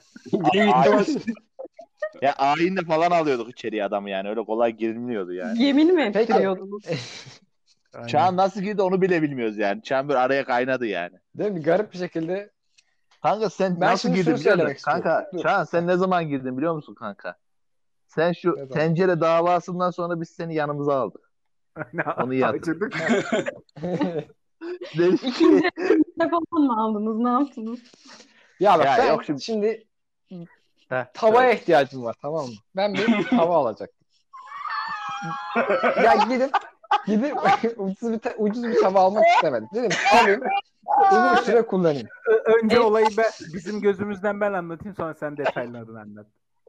Speaker 4: Ya ayinle falan alıyorduk içeriye adamı yani. Öyle kolay girilmiyordu yani.
Speaker 5: Yemin mi
Speaker 2: Peki.
Speaker 5: ettiriyordunuz?
Speaker 6: Aynen.
Speaker 4: Çağan nasıl girdi onu bile bilmiyoruz yani. Çağan böyle araya kaynadı yani.
Speaker 2: Değil mi? Garip bir şekilde.
Speaker 4: Kanka sen
Speaker 2: Ben
Speaker 4: nasıl
Speaker 2: şimdi
Speaker 4: girdin
Speaker 2: şunu
Speaker 4: biliyor musun?
Speaker 2: söylemek istiyorum.
Speaker 4: Kanka
Speaker 2: Dur.
Speaker 4: Çağan sen ne zaman girdin biliyor musun kanka? Sen şu
Speaker 2: Ne zaman?
Speaker 4: tencere davasından sonra biz seni yanımıza aldık. Onu iyi hatırlıyorum.
Speaker 6: Acıdık.
Speaker 4: Dedik ki,
Speaker 5: İkinci falan mı aldınız? Ne yaptınız?
Speaker 2: Ya bak
Speaker 4: Ya
Speaker 2: ben
Speaker 4: yok şimdi-
Speaker 2: şimdi
Speaker 4: Heh,
Speaker 2: tavaya ihtiyacım var, tamam mı? Ben bir tava alacaktım. Ya gidip ucuz bir tava almak istemedim. Dedim alayım uzun süre kullanayım.
Speaker 6: Önce olayı bizim gözümüzden ben anlatayım, sonra sen detaylarını anlat.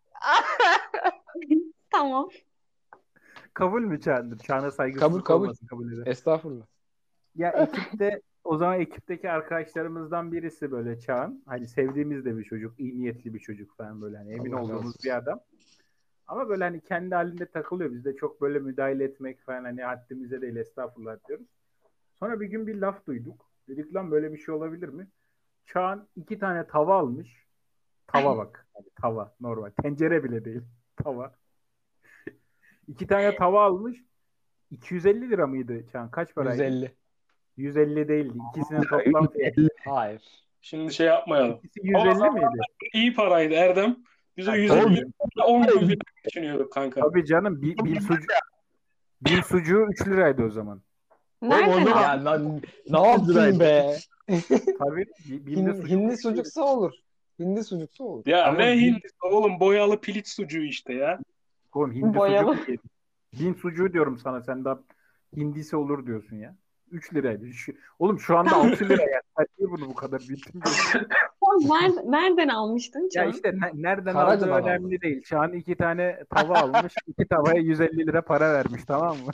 Speaker 5: Tamam.
Speaker 6: Kabul mü Çağan'dır? Çağan'a saygısızlık
Speaker 2: Kabul.
Speaker 6: olmasın, kabul eder.
Speaker 2: Estağfurullah.
Speaker 6: Ya ekipte o zaman ekipteki arkadaşlarımızdan birisi böyle Çağan. Hani sevdiğimiz de bir çocuk, iyi niyetli bir çocuk falan böyle hani emin
Speaker 2: Allah razı
Speaker 6: olduğumuz
Speaker 2: olsun.
Speaker 6: bir adam. Ama böyle hani kendi halinde takılıyor. Biz de çok böyle müdahale etmek falan hani haddimize değil, estağfurullah diyoruz. Sonra bir gün bir laf duyduk. Dedik lan böyle bir şey olabilir mi? Çağan 2 tane tava almış. Tava bak. Hani tava normal. Tencere bile değil. Tava. 2 tane tava almış. 250 lira mıydı Çağan? Kaç paraydı?
Speaker 2: 150.
Speaker 6: 150 değildi. İkisinin toplam fiyatı.
Speaker 2: Hayır.
Speaker 3: Şimdi şey yapmayalım.
Speaker 6: İkisi 150 miydi?
Speaker 3: İyi paraydı Erdem. Biz o
Speaker 6: Tabii.
Speaker 3: 150 10 gün bir düşünüyorduk kanka.
Speaker 6: Tabii canım. Bir sucuğu 3 liraydı o zaman.
Speaker 5: Nereden
Speaker 4: Oğlum,
Speaker 5: aldın?
Speaker 2: Ya lan ne yaptın be?
Speaker 6: Tabii. Binde sucuk.
Speaker 2: Hindi sucuksa olur. Hindi sucuksa olur.
Speaker 3: Ya
Speaker 6: Ama
Speaker 3: ne
Speaker 6: bir-
Speaker 3: hindisi oğlum, boyalı piliç sucuğu işte ya.
Speaker 6: Oğlum hindi
Speaker 5: Boyalı.
Speaker 6: sucuk yedi. Bin sucuğu diyorum sana. Sen de hindisi olur diyorsun ya. 3 liraydı. Oğlum şu anda 6 lira ya. Sen niye bunu bu kadar bildin?
Speaker 5: Nereden almıştın
Speaker 6: Ya
Speaker 5: Can?
Speaker 6: işte nereden
Speaker 2: Karaca'dan
Speaker 6: aldığı önemli değil. Şu an 2 tane tava almış. 2 tavaya 150 lira para vermiş, tamam mı?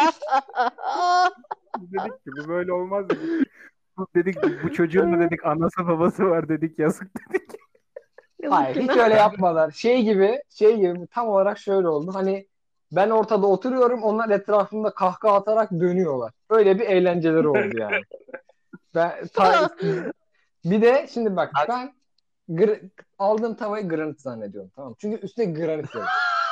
Speaker 6: Biz dedik ki bu böyle olmaz dedik. Dedik bu çocuğun mu dedik anası babası var dedik, yazık dedik.
Speaker 2: Hayır hiç öyle yapmadılar. Şey gibi tam olarak şöyle oldu. Hani ben ortada oturuyorum, onlar etrafımda kahkaha atarak dönüyorlar. Öyle bir eğlenceleri oldu yani. Bir de şimdi bak ben aldığım tavayı granit zannediyorum, tamam mı? Çünkü üstüne granit yazıyor.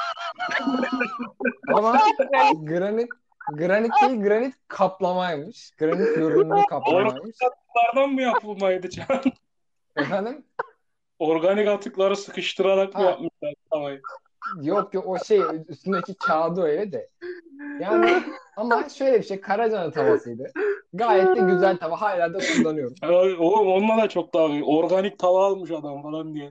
Speaker 2: Ama granit değil, granit kaplamaymış. Granit görünümlü kaplamaymış.
Speaker 3: Bunlardan mı yapılmaydı Can?
Speaker 2: Efendim?
Speaker 3: Organik atıkları sıkıştırarak mı
Speaker 2: Ha.
Speaker 3: yapmışlar tavayı?
Speaker 2: Yok o şey üstündeki kağıdı öyle de. Yani ama şöyle bir şey, Karaca'nın tavasıydı. Gayet de güzel tava. Hala da kullanıyorum.
Speaker 3: Ya, oğlum onunla da çok daha iyi. Organik tava almış adam falan diye.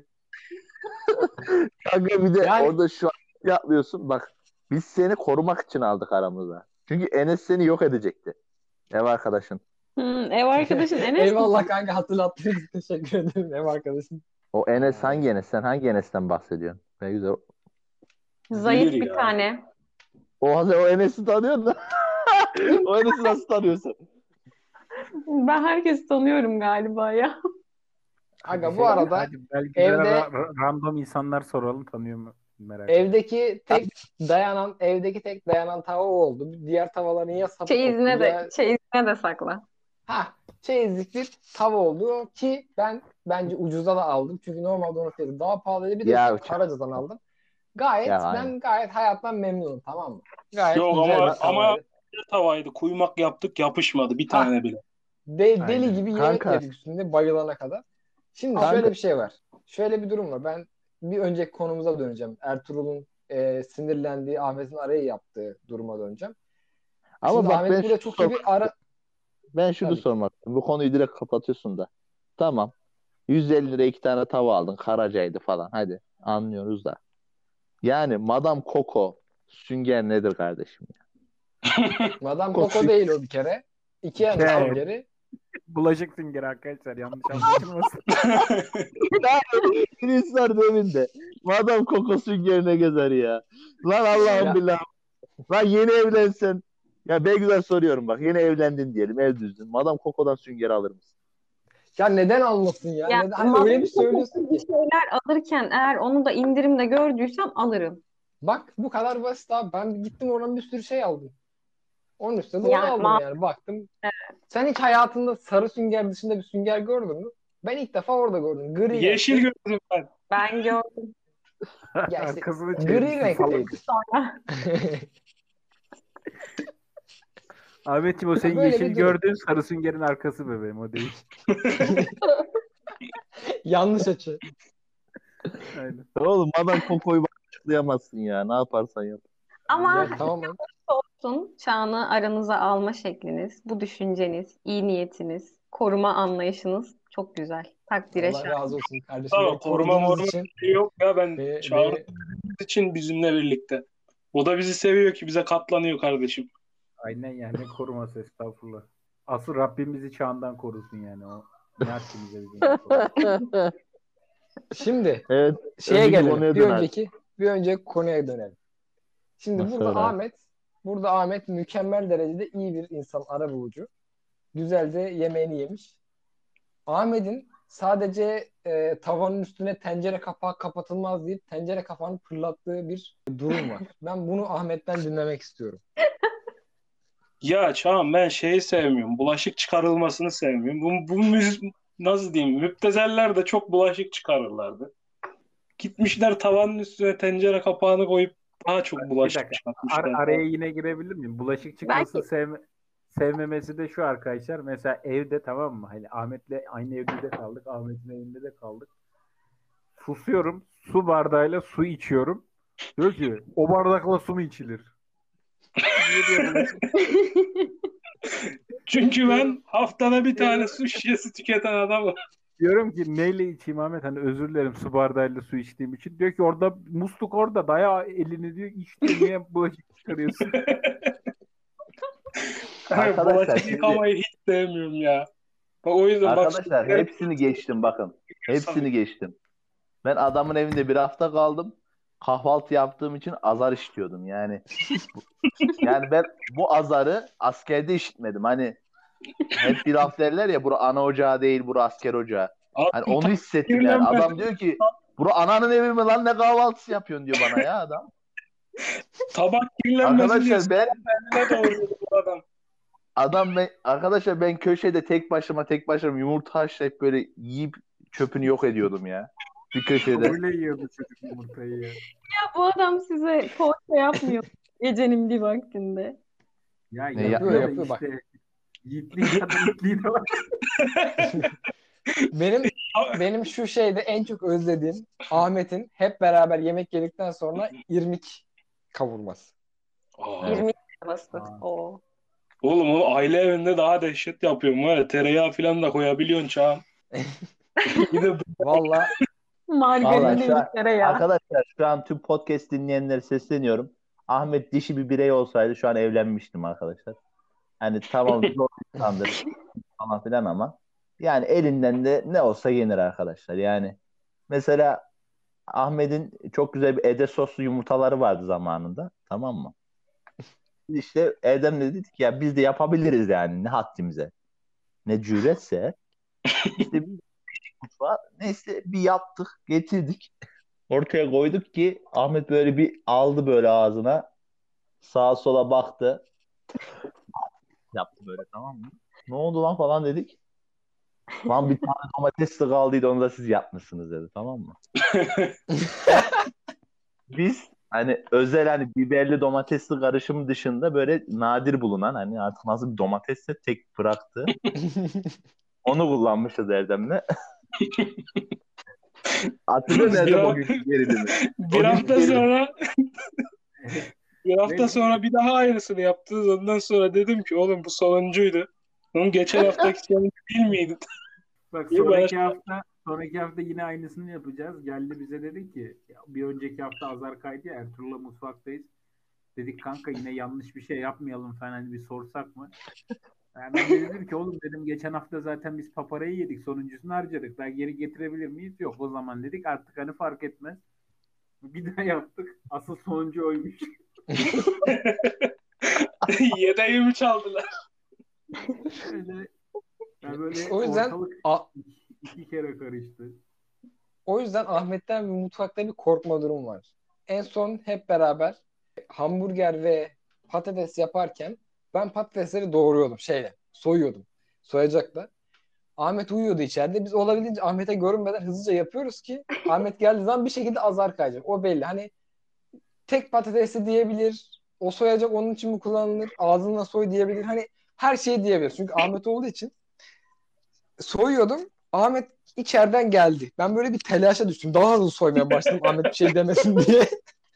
Speaker 4: Kanka bir de
Speaker 2: Yani-
Speaker 4: orada şu an yaplıyorsun. Bak biz seni korumak için aldık aramıza. Çünkü Enes seni yok edecekti. Ev arkadaşın.
Speaker 5: Ev arkadaşın Enes mi?
Speaker 2: Eyvallah kanka, hatırlattığınız için teşekkür ederim ev arkadaşım.
Speaker 4: O Enes hangi Enes? Sen hangi Enes'ten bahsediyorsun? Ne güzel.
Speaker 5: Zayıf
Speaker 3: Bilir
Speaker 5: bir
Speaker 3: ya.
Speaker 5: tane.
Speaker 4: O Enes'i tanıyorsun da. O Enes'i nasıl tanıyorsun?
Speaker 5: Ben herkesi tanıyorum galiba ya.
Speaker 2: Aga bu arada
Speaker 6: Hadi belki
Speaker 2: evde-
Speaker 6: random insanlar soralım, tanıyor mu? Merak ettim.
Speaker 2: evdeki tek dayanan tava o oldu. Diğer tavaların ya sapı
Speaker 5: Çeyizine
Speaker 2: koptu ya...
Speaker 5: çeyizine de sakla.
Speaker 2: Çeyizlik bir tava oldu ki ben bence ucuza da aldım. Çünkü normalde onun fiyatı daha pahalıydı. Bir de
Speaker 4: Ya,
Speaker 2: Karaca'dan aldım.
Speaker 4: Ya, aynen.
Speaker 2: Ben gayet hayattan memnunum, tamam mı? Gayet
Speaker 3: Yok
Speaker 2: güzel
Speaker 3: ama-
Speaker 2: bir tavaydı.
Speaker 3: Bir tavaydı. Kuymak yaptık, yapışmadı bir tane bile.
Speaker 2: Deli
Speaker 6: Aynen.
Speaker 2: gibi yemek
Speaker 4: Kanka.
Speaker 2: yedik üstünde bayılana kadar. Şimdi
Speaker 4: Kanka.
Speaker 2: şöyle bir şey var. Şöyle bir durum var. Ben bir önceki konumuza döneceğim. Ertuğrul'un sinirlendiği, Ahmet'in araya yaptığı duruma döneceğim.
Speaker 4: Ama
Speaker 2: Şimdi
Speaker 4: bak
Speaker 2: Ahmet
Speaker 4: ben
Speaker 2: burada
Speaker 4: şunu
Speaker 2: çok iyi bir ara... Tabii ki.
Speaker 4: sormak istiyorum. Bu konuyu direkt kapatıyorsun da. Tamam. 150 liraya 2 tane tava aldın. Karacaydı falan. Hadi anlıyoruz da. Yani Madame Coco sünger nedir kardeşim ya?
Speaker 2: Madame
Speaker 4: Coco
Speaker 2: Coco değil o bir kere. Ikea'nın
Speaker 6: Şey.
Speaker 2: süngeri.
Speaker 6: Bulaşık süngeri arkadaşlar, yanlış anlaşılmasın.
Speaker 4: Krisler dövünde. Madame Coco süngerine gezer ya. Lan Allah'ım
Speaker 2: Ya,
Speaker 4: billah. Lan yeni evlensen. Ya Beygüzel soruyorum bak. Yeni evlendin diyelim. Ev düzdün. Madame Coco'dan sünger alır mısın?
Speaker 2: ya neden almasın ya?
Speaker 5: Yani
Speaker 2: Neden? Hani öyle bir söylüyorsun
Speaker 5: bir
Speaker 2: ki.
Speaker 5: şeyler alırken eğer onu da indirimde gördüysem alırım.
Speaker 2: Bak bu kadar basit abi. Ben gittim oradan bir sürü şey aldım. Onun üstüne de onu
Speaker 5: Yani
Speaker 2: aldım yani. Baktım. Sen hiç hayatında sarı sünger dışında bir sünger gördün mü? Ben ilk defa orada gördüm. Gri
Speaker 3: Yeşil
Speaker 2: renkli.
Speaker 3: gördüm ben.
Speaker 5: ben gördüm.
Speaker 2: Ya işte
Speaker 6: Arkasını
Speaker 2: gri
Speaker 6: çevirmişsin salak.
Speaker 2: renkteydi.
Speaker 5: Sonra.
Speaker 6: Ahmetciğim, o senin
Speaker 2: Böyle
Speaker 6: yeşil
Speaker 2: bir durum.
Speaker 6: gördüğün sarı süngerin arkası bebeğim, o değil.
Speaker 2: Yanlış açı.
Speaker 6: Aynen.
Speaker 4: Oğlum Madame Coco'yu bak açıklayamazsın ya. Ne yaparsan yap.
Speaker 5: Ama
Speaker 2: Ya tamam.
Speaker 5: olsun, Çağan'ı aranıza alma şekliniz, bu düşünceniz, iyi niyetiniz, koruma anlayışınız çok güzel. Takdire
Speaker 2: Allah
Speaker 5: şayan.
Speaker 2: razı olsun kardeşim.
Speaker 3: Tamam,
Speaker 2: Beni
Speaker 3: koruma
Speaker 2: koruduğunuz
Speaker 3: moruma
Speaker 2: için.
Speaker 3: bir şey yok ya, ben
Speaker 2: Beni,
Speaker 3: çağırdığınız için bizimle birlikte. O da bizi seviyor ki bize katlanıyor kardeşim.
Speaker 6: Aynen, yani ne koruması, estağfurullah. Asıl Rabbim bizi Çağan'dan korusun yani, o ne haddimize bizim korusun.
Speaker 2: Şimdi
Speaker 4: Evet.
Speaker 2: şeye
Speaker 4: önceki
Speaker 2: gelelim.
Speaker 4: konuya
Speaker 2: Bir
Speaker 4: dönelim.
Speaker 2: önceki konuya dönelim. Şimdi
Speaker 4: Nasıl
Speaker 2: burada
Speaker 4: öyle?
Speaker 2: Ahmet mükemmel derecede iyi bir insan, arabulucu. Güzel de yemeğini yemiş. Ahmet'in sadece tavanın üstüne tencere kapağı kapatılmaz deyip tencere kapağını fırlattığı bir durum var. Ben bunu Ahmet'ten dinlemek istiyorum.
Speaker 3: Ya Çağan, ben şeyi sevmiyorum. Bulaşık çıkarılmasını sevmiyorum. Nasıl diyeyim? Müptezeller de çok bulaşık çıkarırlardı. Gitmişler tavanın üstüne tencere kapağını koyup daha çok
Speaker 6: Bir
Speaker 3: bulaşık
Speaker 6: dakika,
Speaker 3: çıkartmışlar.
Speaker 6: araya yine girebilir miyim? Bulaşık çıkmasını sevmemesi de şu arkadaşlar. Mesela evde, tamam mı? Hani Ahmet'le aynı evde de kaldık. Ahmet'in evinde de kaldık. Susuyorum. Su bardağıyla su içiyorum. Diyor ki, o bardakla su mu içilir? Niye diyor bulaşık?
Speaker 3: Çünkü ben haftada bir tane su şişesi tüketen adamım.
Speaker 6: Diyorum ki neyle içeyim Ahmet? Hani özür dilerim su bardağıyla su içtiğim için. Diyor ki orada musluk, orada daya elini, diyor. İç diyor, niye bulaşık çıkarıyorsun?
Speaker 4: Arkadaşlar
Speaker 3: Bulaşık
Speaker 4: şimdi-
Speaker 3: yıkamayı hiç sevmiyorum ya. Bak, o yüzden
Speaker 4: Arkadaşlar hepsini geçtim bakın. Hepsini geçtim. Ben adamın evinde bir hafta kaldım. Kahvaltı yaptığım için azar işliyordum yani. Yani ben bu azarı askerde işitmedim. Hani hep bir laf derler ya, bura ana ocağı değil, bura asker ocağı. Hani onu hissettim yani. Adam diyor ki, bura ananın evi mi lan, ne kahvaltısı yapıyorsun diyor bana ya adam.
Speaker 3: tabak kirlenmesin diye
Speaker 4: Arkadaşlar
Speaker 3: ne doğruyordu bu adam.
Speaker 4: Arkadaşlar ben köşede tek başıma yumurta haşlayıp böyle yiyip çöpünü yok ediyordum ya. Bir köşede.
Speaker 6: Öyle yiyordu çocuk yumurtayı ya.
Speaker 5: Ya bu adam size poğaça yapmıyor gecenin bir vaktinde.
Speaker 6: Ya
Speaker 4: Ne
Speaker 6: yapıyor da
Speaker 2: yapıyor bak.
Speaker 6: işte. Yiğitliği kadar yiğitliği de var.
Speaker 2: Benim şu şeyde en çok özlediğim Ahmet'in hep beraber yemek yedikten sonra irmik kavurması.
Speaker 3: Aa,
Speaker 5: 20 bastık.
Speaker 6: Aa.
Speaker 5: O.
Speaker 3: oğlum onu aile evinde daha dehşet yapıyorum. Var ya, tereyağı falan da koyabiliyorsun Çağan. Bir de
Speaker 2: Vallahi
Speaker 5: Margarin
Speaker 4: şu an-
Speaker 5: dedikleri ya.
Speaker 4: Arkadaşlar şu an tüm podcast dinleyenlere sesleniyorum. Ahmet dişi bir birey olsaydı şu an evlenmiştim arkadaşlar. Hani tamam zor insandır falan filan ama yani elinden de ne olsa yenir arkadaşlar. Yani mesela Ahmet'in çok güzel bir ede soslu yumurtaları vardı zamanında. Tamam mı? İşte Erdem'le dedik ya biz de yapabiliriz yani, ne haddimize. Ne cüretse. İşte bir mutfağa neyse bir yaptık, getirdik. Ortaya koyduk ki Ahmet böyle bir aldı böyle ağzına. Sağa sola baktı. Yaptı böyle, tamam mı? Ne oldu lan falan dedik. Lan bir tane domates de kaldıydı, onu da siz yapmışsınız dedi, tamam mı? Biz hani özel, hani biberli domatesli karışım dışında böyle nadir bulunan, hani artık nasıl bir domatesse tek bıraktı. Onu kullanmışız Erdem'le. Hatırlıyor musun
Speaker 3: Bir,
Speaker 4: Erdem o günkü gerilimi?
Speaker 3: bir hafta sonra bir hafta
Speaker 6: Ve-
Speaker 3: sonra bir daha aynısını yaptınız. Ondan sonra dedim ki oğlum bu sonuncuydu. Onun geçen haftaki sonuncu değil miydi?
Speaker 6: Bak
Speaker 3: İyi
Speaker 6: sonraki hafta yine aynısını yapacağız. Geldi bize dedi ki ya, bir önceki hafta Azar kaydı ya, Ertuğrul'la mutfaktayız. Dedik kanka yine yanlış bir şey yapmayalım falan, hani bir sorsak mı? Yani ben de dedim ki oğlum dedim geçen hafta zaten biz paparayı yedik, sonuncusunu harcadık. Ben geri getirebilir miyiz? Yok, o zaman dedik artık hani fark etmez. Bir daha yaptık. Asıl sonuncu oymuş.
Speaker 3: Yedeğimi çaldılar.
Speaker 6: Öyle, yani böyle
Speaker 2: O yüzden
Speaker 6: ortalık
Speaker 2: a-
Speaker 6: iki kere karıştı.
Speaker 2: o yüzden Ahmet'ten bir mutfakta bir korkma durum var. En son hep beraber hamburger ve patates yaparken ben patatesleri doğruyordum soyuyordum. Soyacaklar. Ahmet uyuyordu içeride. Biz olabildiğince Ahmet'e görünmeden hızlıca yapıyoruz ki Ahmet geldiği zaman bir şekilde azar kayacak. O belli. Hani tek patatesi diyebilir. O soyacak, onun için mi kullanılır? Ağzına soy diyebilir. Hani her şeyi diyebilir. Çünkü Ahmet olduğu için soyuyordum. Ahmet içeriden geldi. Ben böyle bir telaşa düştüm. Daha hızlı soymaya başladım Ahmet bir şey demesin diye.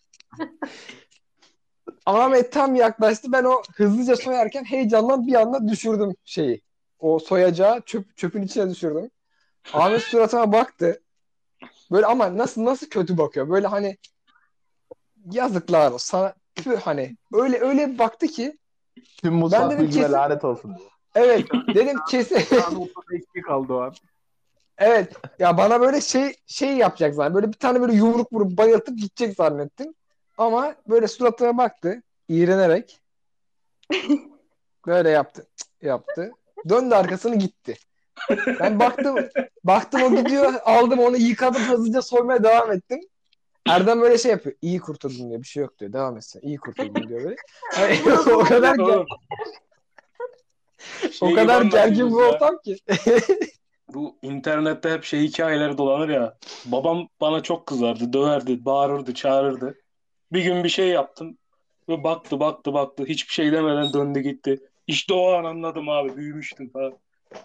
Speaker 2: Ahmet tam yaklaştı. Ben o hızlıca soyarken heyecandan bir anda düşürdüm şeyi. O soyacağı çöpün içine düşürdüm. Ahmet suratıma baktı. Böyle ama nasıl kötü bakıyor. Böyle hani yazıklar olsun sana. Tüh, hani öyle bir baktı ki
Speaker 4: Tüm
Speaker 2: ben
Speaker 4: mutfak
Speaker 2: dedim
Speaker 4: bilgime
Speaker 2: kesin
Speaker 4: lanet olsun diyor.
Speaker 2: evet dedim kesin
Speaker 6: Şu an ortada eşlik kaldı o an.
Speaker 2: evet ya bana böyle şey yapacak zaten. Böyle bir tane böyle yumruk vurup bayıltıp gidecek zannettim. Ama böyle suratıma baktı iğrenerek böyle yaptı. Yaptı. Döndü arkasını gitti. Ben baktım o gidiyor. Aldım onu yıkadım hızlıca soymaya devam ettim. Erdem böyle şey yapıyor. İyi kurtuldun diyor. Bir şey yok diyor. Devam etsin. İyi kurtuldun diyor böyle. Hani o kadar
Speaker 3: Oğlum,
Speaker 2: o
Speaker 3: şey
Speaker 2: kadar
Speaker 3: gibi
Speaker 2: gergin bir
Speaker 3: anlatıyoruz ya.
Speaker 2: ortam ki.
Speaker 3: Bu internette hep şey hikayeleri dolanır ya. Babam bana çok kızardı, döverdi, bağırırdı, çağırırdı. Bir gün bir şey yaptım ve baktı. Hiçbir şey demeden döndü gitti. İşte o an anladım abi, büyümüştüm falan.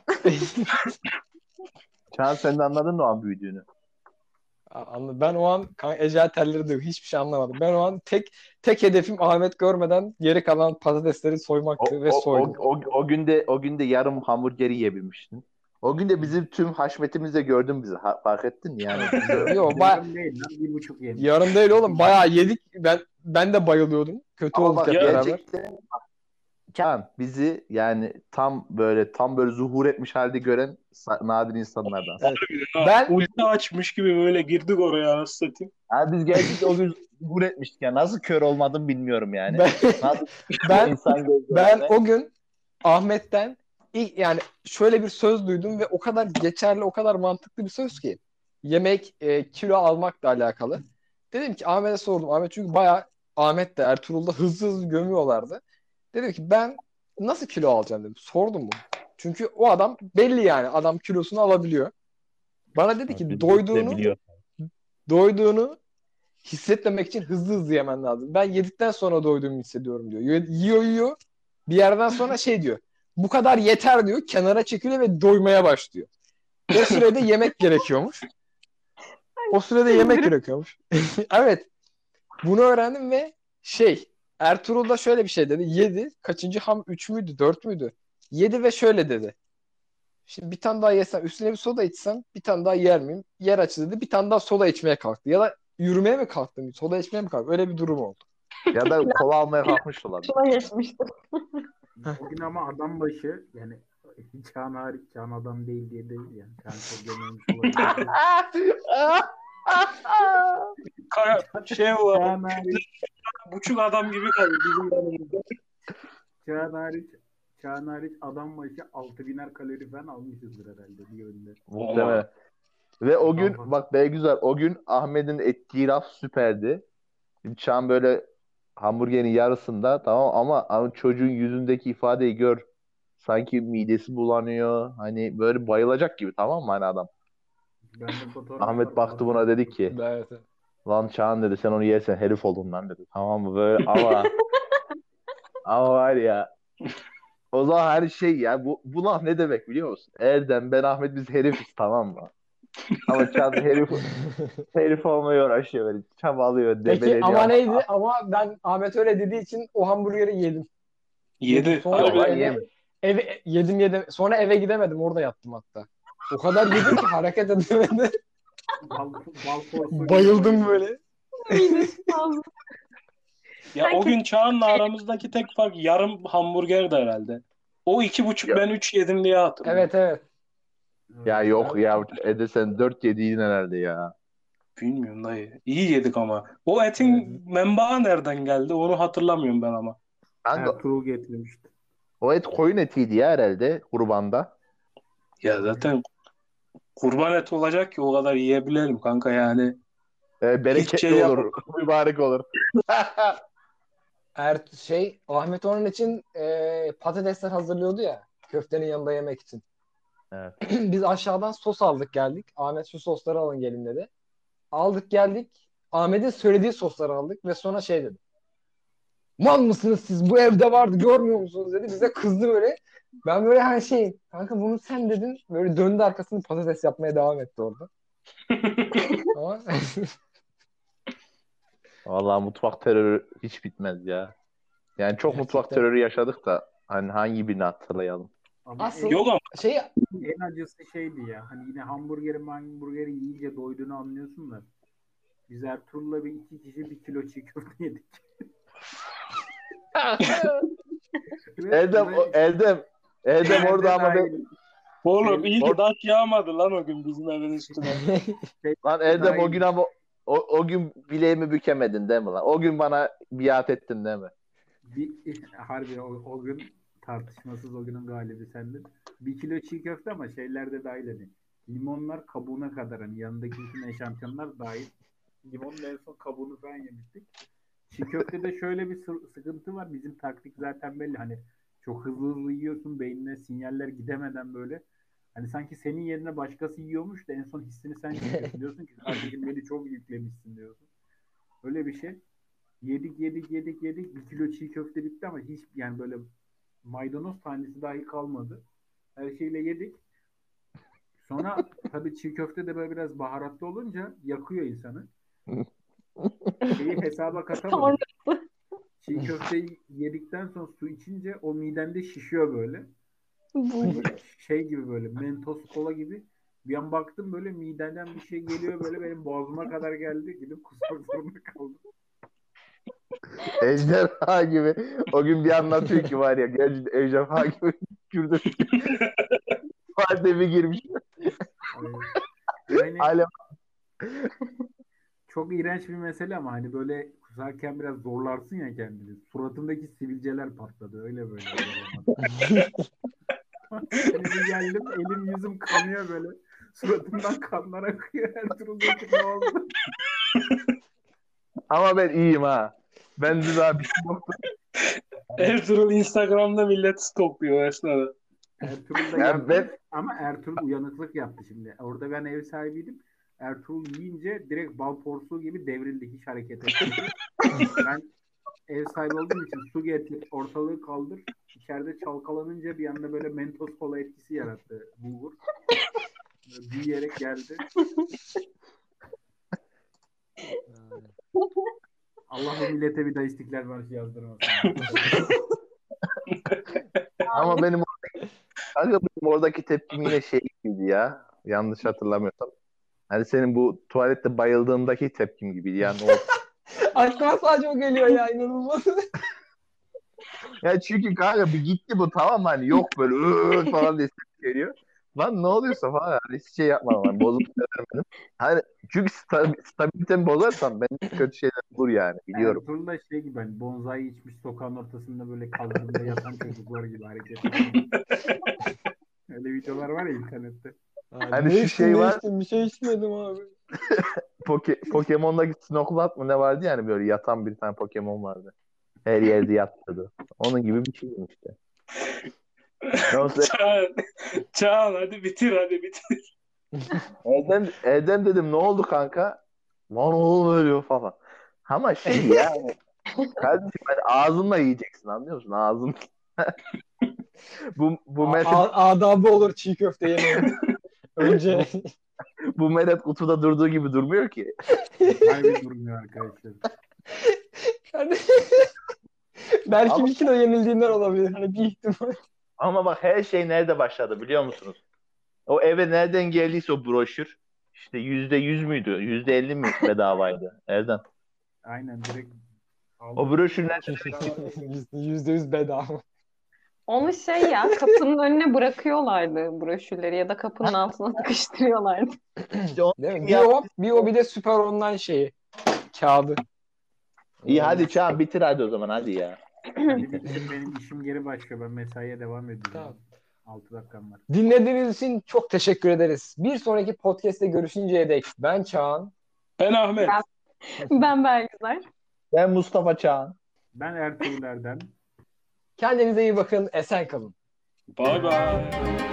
Speaker 4: Çağan sen de anladın mı o an büyüdüğünü?
Speaker 2: Ben o an ecel telleri de hiçbir şey anlamadım. Ben o an tek hedefim Ahmet görmeden geri kalan patatesleri
Speaker 4: O,
Speaker 2: soymaktı ve
Speaker 4: o, o,
Speaker 2: soydum.
Speaker 4: o günde yarım hamburgeri yiyebilmiştin. O günde bizim tüm haşmetimizle gördün bizi. Fark ettin mi? Yani
Speaker 2: Yo,
Speaker 6: Yarım değil lan, 1,5 yemiş.
Speaker 2: yarım değil oğlum. Bayağı yedik. Ben de bayılıyordum. Kötü
Speaker 4: ama
Speaker 2: olduk
Speaker 4: bak
Speaker 2: hep beraber.
Speaker 4: gerçekten Çağan bizi yani tam böyle zuhur etmiş halde gören nadir insanlardan.
Speaker 2: Evet.
Speaker 3: Ha,
Speaker 2: Ben
Speaker 3: ulti açmış gibi böyle girdik oraya, nasıl satayım.
Speaker 4: Yani biz gerçekten o gün zuhur etmiştik. Yani nasıl kör olmadım bilmiyorum yani.
Speaker 2: ben
Speaker 4: Nasıl
Speaker 2: ben
Speaker 4: insan gözü
Speaker 2: ben
Speaker 4: önünde.
Speaker 2: o gün Ahmet'ten yani şöyle bir söz duydum ve o kadar geçerli, o kadar mantıklı bir söz ki yemek kilo almakla alakalı. Dedim ki Ahmet'e sordum. Ahmet çünkü bayağı Ahmet de Ertuğrul'da hızlı gömüyorlardı. Dedim ki ben nasıl kilo alacağım dedim. Sordum bunu. Çünkü o adam belli yani. Adam kilosunu alabiliyor. Bana dedi ki doyduğunu hissetmemek için hızlı yemen lazım. Ben yedikten sonra doyduğumu hissediyorum diyor. Yiyor. Bir yerden sonra şey diyor. Bu kadar yeter diyor. Kenara çekiliyor ve doymaya başlıyor. O sürede yemek gerekiyormuş. Evet. Bunu öğrendim ve Ertuğrul da şöyle bir şey dedi. Yedi. Kaçıncı ham? 3 müydü? 4 müydü? Yedi ve şöyle dedi. Şimdi bir tane daha yesem, üstüne bir soda içsem bir tane daha yer miyim? Yer açı dedi. Bir tane daha soda içmeye kalktı. Ya da yürümeye mi kalktım? Soda içmeye mi kalktım? Öyle bir durum oldu.
Speaker 4: Ya da kola almaya kalkmış olabilir.
Speaker 5: Şuna geçmiştir.
Speaker 6: O gün ama adam başı yani Çağan hariç, Çağan adam değil diye değil yani. Çağan çok yememiş olabilir.
Speaker 3: Şey o
Speaker 6: Çağan hariç,
Speaker 3: buçuk adam gibi kaldı bizim yanımızda.
Speaker 6: Çağan hariç adam başı 6.000'er kalori falan almışızdır herhalde bir önde.
Speaker 4: Muhtemelen. Ve o gün bak güzel. O gün Ahmet'in ettiği laf süperdi. Şimdi Çağan böyle hamburgerin yarısında tamam ama çocuğun yüzündeki ifadeyi gör. Sanki midesi bulanıyor. Hani böyle bayılacak gibi tamam mı hani adam.
Speaker 6: Ben de fotoğraf
Speaker 4: Ahmet baktı buna dedi ki
Speaker 2: Evet.
Speaker 4: lan Çağan dedi sen onu yersen herif oldun lan dedi. Tamam mı böyle ama var ya o zaman her şey ya bu laf ne demek biliyor musun? Erdem ben Ahmet biz herifiz tamam mı? Ama Çağan herif olmaya uğraşıyor böyle. Çabalıyor,
Speaker 2: Peki
Speaker 4: debeleniyor.
Speaker 2: ama neydi? Ama ben Ahmet öyle dediği için o hamburgeri yedim.
Speaker 3: Yedi.
Speaker 2: Sonra
Speaker 4: Vallahi
Speaker 3: Harbiden.
Speaker 4: yem.
Speaker 2: yedim. Sonra eve gidemedim. Orada yattım hatta. O kadar yedim ki hareket edemedim.
Speaker 7: Bal porsu
Speaker 2: Bayıldım
Speaker 7: gibi.
Speaker 2: böyle.
Speaker 5: Midesi fazla.
Speaker 3: Ya o gün Çağan'la aramızdaki tek fark yarım hamburgerdi herhalde. O 2,5
Speaker 4: Ya.
Speaker 3: ben 3 yedim diye hatırlıyorum.
Speaker 2: Evet.
Speaker 4: Ya yok ya. Ede sen 4 yediydin herhalde ya.
Speaker 3: Bilmiyorum dayı. İyi yedik ama. O etin menbaı nereden geldi onu hatırlamıyorum ben ama.
Speaker 4: Kanka
Speaker 7: Ertuğrul getirmişti.
Speaker 4: o et koyun etiydi ya herhalde kurbanda.
Speaker 3: Ya zaten kurban eti olacak ki o kadar yiyebilelim kanka yani.
Speaker 4: Bereketli
Speaker 3: Hiç şey
Speaker 4: olur. Mübarek olur.
Speaker 2: Ahmet onun için patatesler hazırlıyordu ya. Köftenin yanında yemek için.
Speaker 4: Evet.
Speaker 2: Biz aşağıdan sos aldık geldik. Ahmet şu sosları alın gelin dedi. Aldık geldik. Ahmet'in söylediği sosları aldık ve sonra şey dedi. Mal mısınız siz? Bu evde vardı görmüyor musunuz dedi. Bize kızdı böyle. Ben böyle her şey kanka bunu sen dedin. Böyle döndü arkasını patates yapmaya devam etti orada. Ama
Speaker 4: Vallahi mutfak terörü hiç bitmez ya. Yani çok mutfak
Speaker 2: Gerçekten.
Speaker 4: terörü yaşadık da hani hangi birini hatırlayalım.
Speaker 7: Ama
Speaker 2: asıl
Speaker 3: Yok ama
Speaker 2: şey
Speaker 7: en acısı şeydi ya. Hani yine hamburgeri yiyince doyduğunu anlıyorsun da. Biz Ertuğrul'la bir iki kişi 1 kilo çiğ köfte yedik.
Speaker 4: Erdem orada ama ben
Speaker 3: oğlum iyi ki daş yağmadı lan o gün bizim evin üstüne.
Speaker 4: lan Erdem o gün ama o gün bileğimi bükemedin değil mi lan? O gün bana biat ettin değil mi?
Speaker 7: Harbi o gün tartışmasız o günün galibi sendin. 1 kilo çiğ köfte ama şeyler de dahil hani. Limonlar kabuğuna kadar hani yanındaki bütün eşantiyanlar dahil. Limonun en son kabuğunu falan yemiştik. Çiğ köftede şöyle bir sıkıntı var. Bizim taktik zaten belli. Hani çok hızlı yiyorsun. Beynine sinyaller gidemeden böyle. Hani sanki senin yerine başkası yiyormuş da en son hissini sen çekiyorsun. Diyorsun ki kardeşim beni çok yüklemişsin diyorsun. Öyle bir şey. Yedik. 1 kilo çiğ köfte bitti ama hiç yani böyle maydanoz tanesi dahi kalmadı. Her şeyle yedik. Sonra tabii çiğ köfte de böyle biraz baharatlı olunca yakıyor insanı. Şeyi hesaba katamadım. Çiğ köfteyi yedikten sonra su içince o midende şişiyor böyle. Böyle şey gibi böyle Mentos kola gibi. Bir an baktım böyle mideden bir şey geliyor böyle benim boğazıma kadar geldi. Gidip kusmak zorunda kaldım.
Speaker 4: Ejderha gibi. O gün bir anlatıyor ki var ya gerçekten ejderha gibi kürdü. Fademe girmiş.
Speaker 7: Yani
Speaker 4: Alem.
Speaker 7: çok iğrenç bir mesele ama hani böyle kusarken biraz zorlarsın ya kendini. Suratındaki sivilceler patladı öyle böyle. Hani bir geldim elim yüzüm kanıyor böyle. Suratımdan kanlar akıyor. Ertuğrul diyor ki ne oldu?
Speaker 4: Ama ben iyiyim ha. Ben de daha bir şey yoktu.
Speaker 3: Ertuğrul Instagram'da millet stokluyor o esnada.
Speaker 7: Ertuğrul da
Speaker 4: Ya
Speaker 7: yaptı ama Ertuğrul uyanıklık yaptı şimdi. Orada ben ev sahibiydim. Ertuğrul yiyince direkt bal porsuğu gibi devrildi. Hiç hareket etmedi. Ben ev sahibi olduğum için su getir, ortalığı kaldır. İçeride çalkalanınca bir anda böyle Mentos kola etkisi yarattı bulgur. Böyle büyüyerek geldi. Allah bu millete bir daha İstiklal Marşı yazdırmasın.
Speaker 4: Ama benim oradaki tepkim yine şey gibiydi ya. Yanlış hatırlamıyorsam. Hani senin bu tuvalette bayıldığındaki tepkim gibiydi. Yani o
Speaker 2: aklıma sadece o geliyor ya inanılmaz.
Speaker 4: ya çünkü kanka bir gitti bu tamam mı? Hani yok böyle falan diye ses geliyor. Lan ne oluyorsa falan hani hiç şey yapmadım. Hani bozuk vermedim. Hani çünkü stabilitemi bozarsam ben kötü şeyler olur yani biliyorum.
Speaker 7: Ertuğrul da şey gibi hani bonzai içmiş sokağın ortasında böyle kaldırımda yatan çocuklar gibi hareket ediyor. Öyle videolar var ya internette.
Speaker 4: Hani şu şey var.
Speaker 2: Bir şey içmedim abi.
Speaker 4: Pokemon'daki Snorlax mı ne vardı yani böyle yatan bir tane Pokemon vardı. Her yerde yatıyordu. Onun gibi bir şey işte.
Speaker 3: Çağan hadi bitir.
Speaker 4: Erdem dedim ne oldu kanka? Lan oğlum ölüyor falan. Ama şey yani kardeşim hani ağzınla yiyeceksin anlıyor musun? Ağzın. bu mesela
Speaker 2: Adabı olur çiğ köfte yemeğin. Önce
Speaker 4: Bu Medet kutuda durduğu gibi durmuyor ki.
Speaker 7: Harbi durmuyor arkadaşlar.
Speaker 2: Yani belki
Speaker 4: Ama-
Speaker 2: bir kilo yenildiğinden olabilir. Hani bir ihtimal.
Speaker 4: Ama bak her şey nerede başladı biliyor musunuz? O eve nereden geldiyse o broşür işte %100 müydü? %50 mi bedavaydı? Erdem.
Speaker 7: Aynen direkt
Speaker 4: O broşür nereden
Speaker 2: %100 bedava.
Speaker 5: Onu şey ya kapının önüne bırakıyorlardı broşürleri ya da kapının altına sıkıştırıyorlardı.
Speaker 4: işte o-
Speaker 2: Değil mi?
Speaker 4: Ya-
Speaker 2: Bir de süper online şeyi. Kağıdı.
Speaker 4: İyi hadi Çağan bitir hadi o zaman hadi ya.
Speaker 7: benim işim geri başlıyor. Ben mesaiye devam ediyorum.
Speaker 2: Tamam.
Speaker 7: 6 dakikam var.
Speaker 2: Dinlediğiniz için çok teşekkür ederiz. Bir sonraki podcast'te görüşünceye dek ben Çağan.
Speaker 3: Ben Ahmet.
Speaker 5: Ben Belgüzer.
Speaker 4: Ben Mustafa Çağan.
Speaker 7: Ben Ertuğrul Erdem.
Speaker 2: Kendinize iyi bakın. Esen kalın.
Speaker 3: Bay bay.